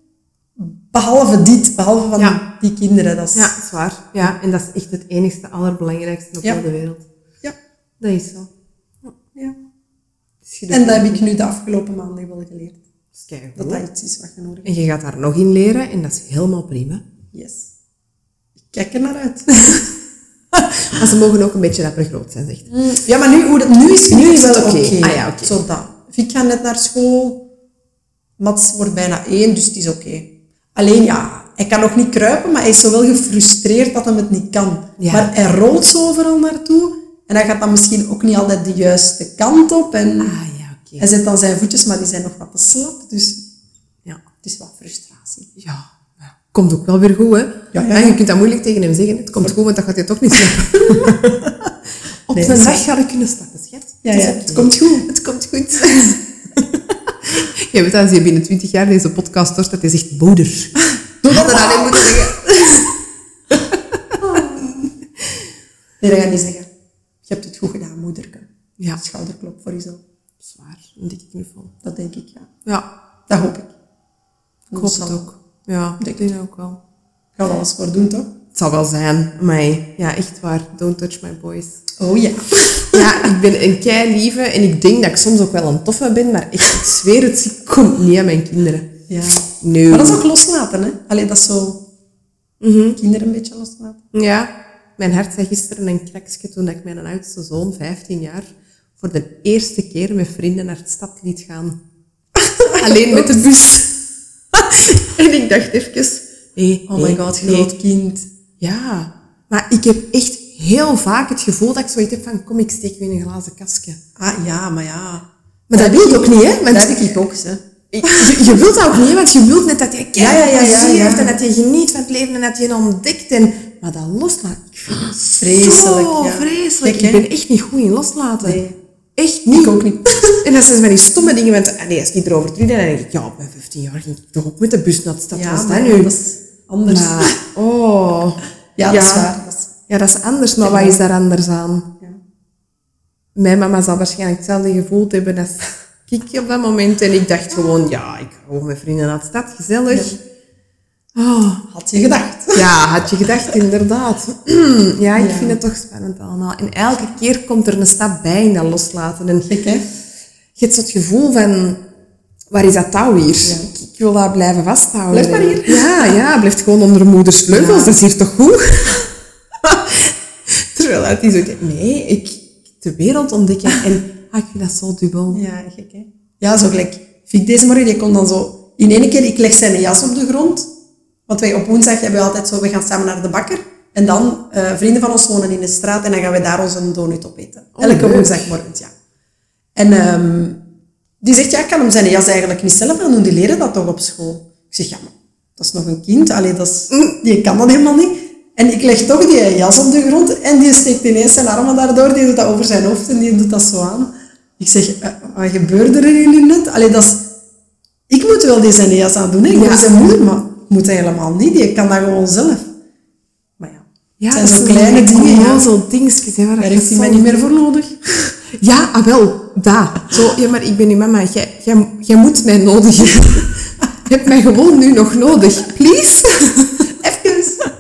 behalve van die kinderen. Dat is... Ja, dat is waar. Ja, en dat is echt het enigste, allerbelangrijkste op heel de wereld. Ja. Dat is zo. Ja. En dat heb ik nu de afgelopen maanden wel geleerd. Dat dat iets is wat je nodig hebt. En je gaat daar nog in leren en dat is helemaal prima. Yes. Ik kijk er naar uit. Maar ze mogen ook een beetje rappergroot zijn, zegt hij. Ja, maar hoe het nu is, vind ik wel oké. Ah ja, oké. Zo dat. Ik ga net naar school. Mats wordt bijna 1, dus het is oké. Alleen hij kan nog niet kruipen, maar hij is zo wel gefrustreerd dat hij het niet kan. Ja. Maar hij rolt zo overal naartoe. En hij gaat dan misschien ook niet altijd de juiste kant op. En hij zet dan zijn voetjes, maar die zijn nog wat te slap. Dus het is wat frustratie. Ja, komt ook wel weer goed, hè? Ja. Je kunt dat moeilijk tegen hem zeggen. Het komt goed, want dat gaat hij toch niet snappen. Op zijn dag ga ik kunnen stappen, schat. Ja, het komt goed. Het komt goed. Je weet als je binnen 20 jaar deze podcast hoort, dat hij zegt moeder. Doe dat dan alleen moeten zeggen. Nee, dat ga je niet zeggen. Je hebt het goed gedaan, moederke. Ja. Schouderklop voor jezelf. Zwaar, een dikke knuffel. Dat denk ik, Ja. Dat hoop ik. Ik hoop het ook. Ja, ik denk ook wel. Ik ga er alles voor doen, toch? Het zal wel zijn, maar ja, echt waar. Don't touch my boys. Oh ja. Ja, ik ben een keilieve en ik denk dat ik soms ook wel een toffe ben, maar echt, ik zweer het, ik kom niet aan mijn kinderen. Ja. No. Maar dat is ook loslaten, hè? Allee, dat is zo... Kinderen een beetje loslaten. Ja. Mijn hart zei gisteren een kraksje toen ik mijn oudste zoon, 15 jaar, voor de eerste keer met vrienden naar de stad liet gaan. Alleen met de bus. En ik dacht even... Oh my god, groot kind. Ja, maar ik heb echt heel vaak het gevoel dat ik zoiets heb van, kom, ik steek je in een glazen kastje. Ah, ja, maar ja. Maar dat wil je ook niet, hè? Want dat heb ik ook, hè. Je wilt dat ook niet, want je wilt net dat je plezier heeft en dat je geniet van het leven en dat je ontdekt. Maar dat loslaten, ik vind dat vreselijk. zo vreselijk. Gek, ik ben echt niet goed in loslaten. Nee. Echt niet. Ik ook niet. En dat zijn van die stomme dingen. Want nee, als ik erover terug denk, dan denk ik, ja, op mijn 15 jaar ging ik toch ook met de bus naar de stad. Ja, Was maar dat nu? dat is anders. Maar, oh. Ja, dat is waar. Ja, dat is anders. Maar wat is daar anders aan? Ja. Mijn mama zal waarschijnlijk hetzelfde gevoeld hebben als ik op dat moment. En ik dacht gewoon, ja, ik ga gewoon met vrienden naar de stad, gezellig. Oh. Had je gedacht. Ja, had je gedacht, inderdaad. Ja, ik vind het toch spannend allemaal. En elke keer komt er een stap bij in dat loslaten. En Gek, hè? je hebt zo het gevoel van, waar is dat touw hier? Ja. Ik wil dat blijven vasthouden. Blijf maar hier. Ja, blijft gewoon onder moeders vleugels. Ja. Dat is hier toch goed? Terwijl het is ook, nee, ik de wereld ontdekken. En ik vind dat zo dubbel. Ja, gek, hè? Ja, zo gelijk. Vic deze morgen, die kon dan zo... In één keer, ik leg zijn jas op de grond. Want wij op woensdag hebben we altijd zo... We gaan samen naar de bakker. En dan, vrienden van ons wonen in de straat. En dan gaan we daar onze donut op eten. Elke leuk. woensdagmorgen, ja. En die zegt, ja, ik kan hem zijn jas eigenlijk niet zelf aan doen. Die leren dat toch op school? Ik zeg, ja, maar dat is nog een kind. Allee, die kan dat helemaal niet. En ik leg toch die jas op de grond. En die steekt ineens zijn armen daardoor. Die doet dat over zijn hoofd en die doet dat zo aan. Ik zeg, wat gebeurde er hier nu net? Allee, dat is... Ik moet wel deze jas aan doen. Hè? Ik ben zijn moeder, maar moet dat helemaal niet. Die kan dat gewoon zelf. Maar ja, Ja, het zijn dat zo kleine dingen. Ja. Zo dingetjes. Hè, Daar heeft hij mij niet meer voor nodig. Ja, wel, daar. Zo, ja, maar ik ben uw mama. Jij moet mij nodig hebben. Je hebt mij gewoon nu nog nodig. Please? Even.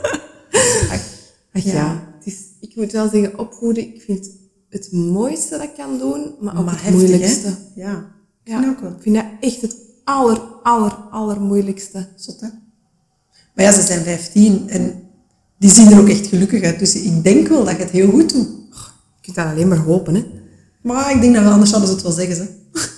Ach ja, ik moet wel zeggen, opvoeden, ik vind het mooiste dat ik kan doen, maar ook Maar het heftig, moeilijkste. hè? Ja, Ja, vind ik ook wel. ik vind dat echt het allermoeilijkste. Zot, hè? Maar ja, ze zijn 15 en die zien er ook echt gelukkig uit. Dus ik denk wel dat je het heel goed doet. Je kunt dat alleen maar hopen, hè. Maar ik denk dat we anders zouden ze het wel zeggen, ze.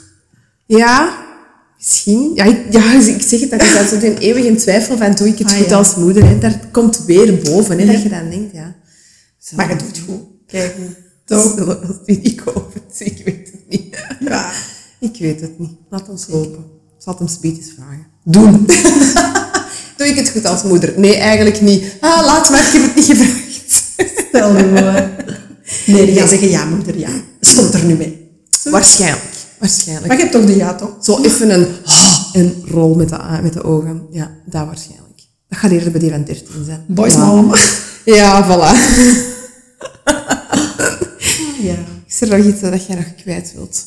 Ja, misschien. Ja, ik zeg het, dat is altijd een eeuwige twijfel van, doe ik het goed ja. als moeder, hè. Daar komt weer boven, hè, dat je dan denkt, ja. Zo. Maar je doet het goed. Kijk, Toch? toch? Ik hoop het, ik weet het niet. Ja. Ik weet het niet. Laat ons hopen. Ik zal het hem speed eens vragen. Doen. Doe ik het goed als moeder? Nee, eigenlijk niet. Laat maar, ik heb het niet gevraagd. Stel je voor. Nee, die gaan zeggen ja, moeder, ja. Stop er nu mee. Waarschijnlijk. Maar je hebt toch de ja, toch? Zo even een rol met de ogen. Ja, dat waarschijnlijk. Dat gaat eerder bij die van 13 zijn. Boys, ja. mom. Ja, voilà. Ja. Is er nog iets dat jij nog kwijt wilt?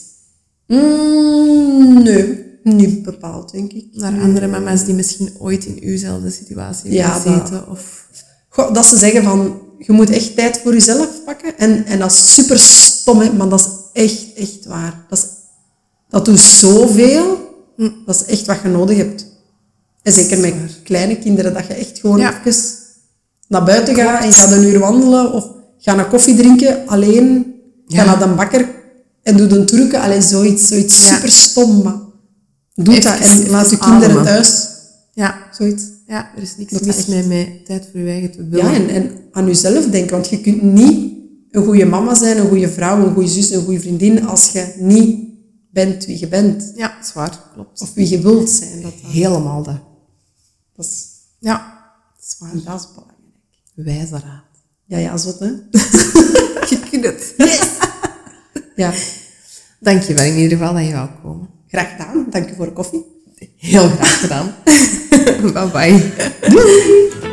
Nee, niet bepaald, denk ik. Naar andere mama's die misschien ooit in uwzelfde situatie hebben gezeten? Of... Goh, dat ze zeggen van, je moet echt tijd voor jezelf pakken. En dat is super stom, hè, maar dat is echt waar. Dat doet zoveel. Dat is echt wat je nodig hebt. En zeker met kleine kinderen, dat je echt gewoon even naar buiten gaat en gaat een uur wandelen of ga een koffie drinken alleen. Ga naar de bakker en doe een trucken. Allee, zoiets super stom, maar doe dat en laat je kinderen ademen. thuis. Ja. Zoiets. Ja, er is niks Dat mis echt. mee met tijd voor je eigen te willen. Ja, en aan jezelf denken. Want je kunt niet een goede mama zijn, een goede vrouw, een goede zus, een goede vriendin, als je niet bent wie je bent. Ja, zwaar. Klopt. Of wie je wilt zijn. Helemaal dat. Dat is, Ja, zwaar. en dat is belangrijk. Wijze raad. Ja, zot, hè? Je kunt het. Ja, Dank je wel in ieder geval dat je wou komen. graag gedaan. Dank je voor de koffie. Heel graag gedaan. Bye bye. Doei!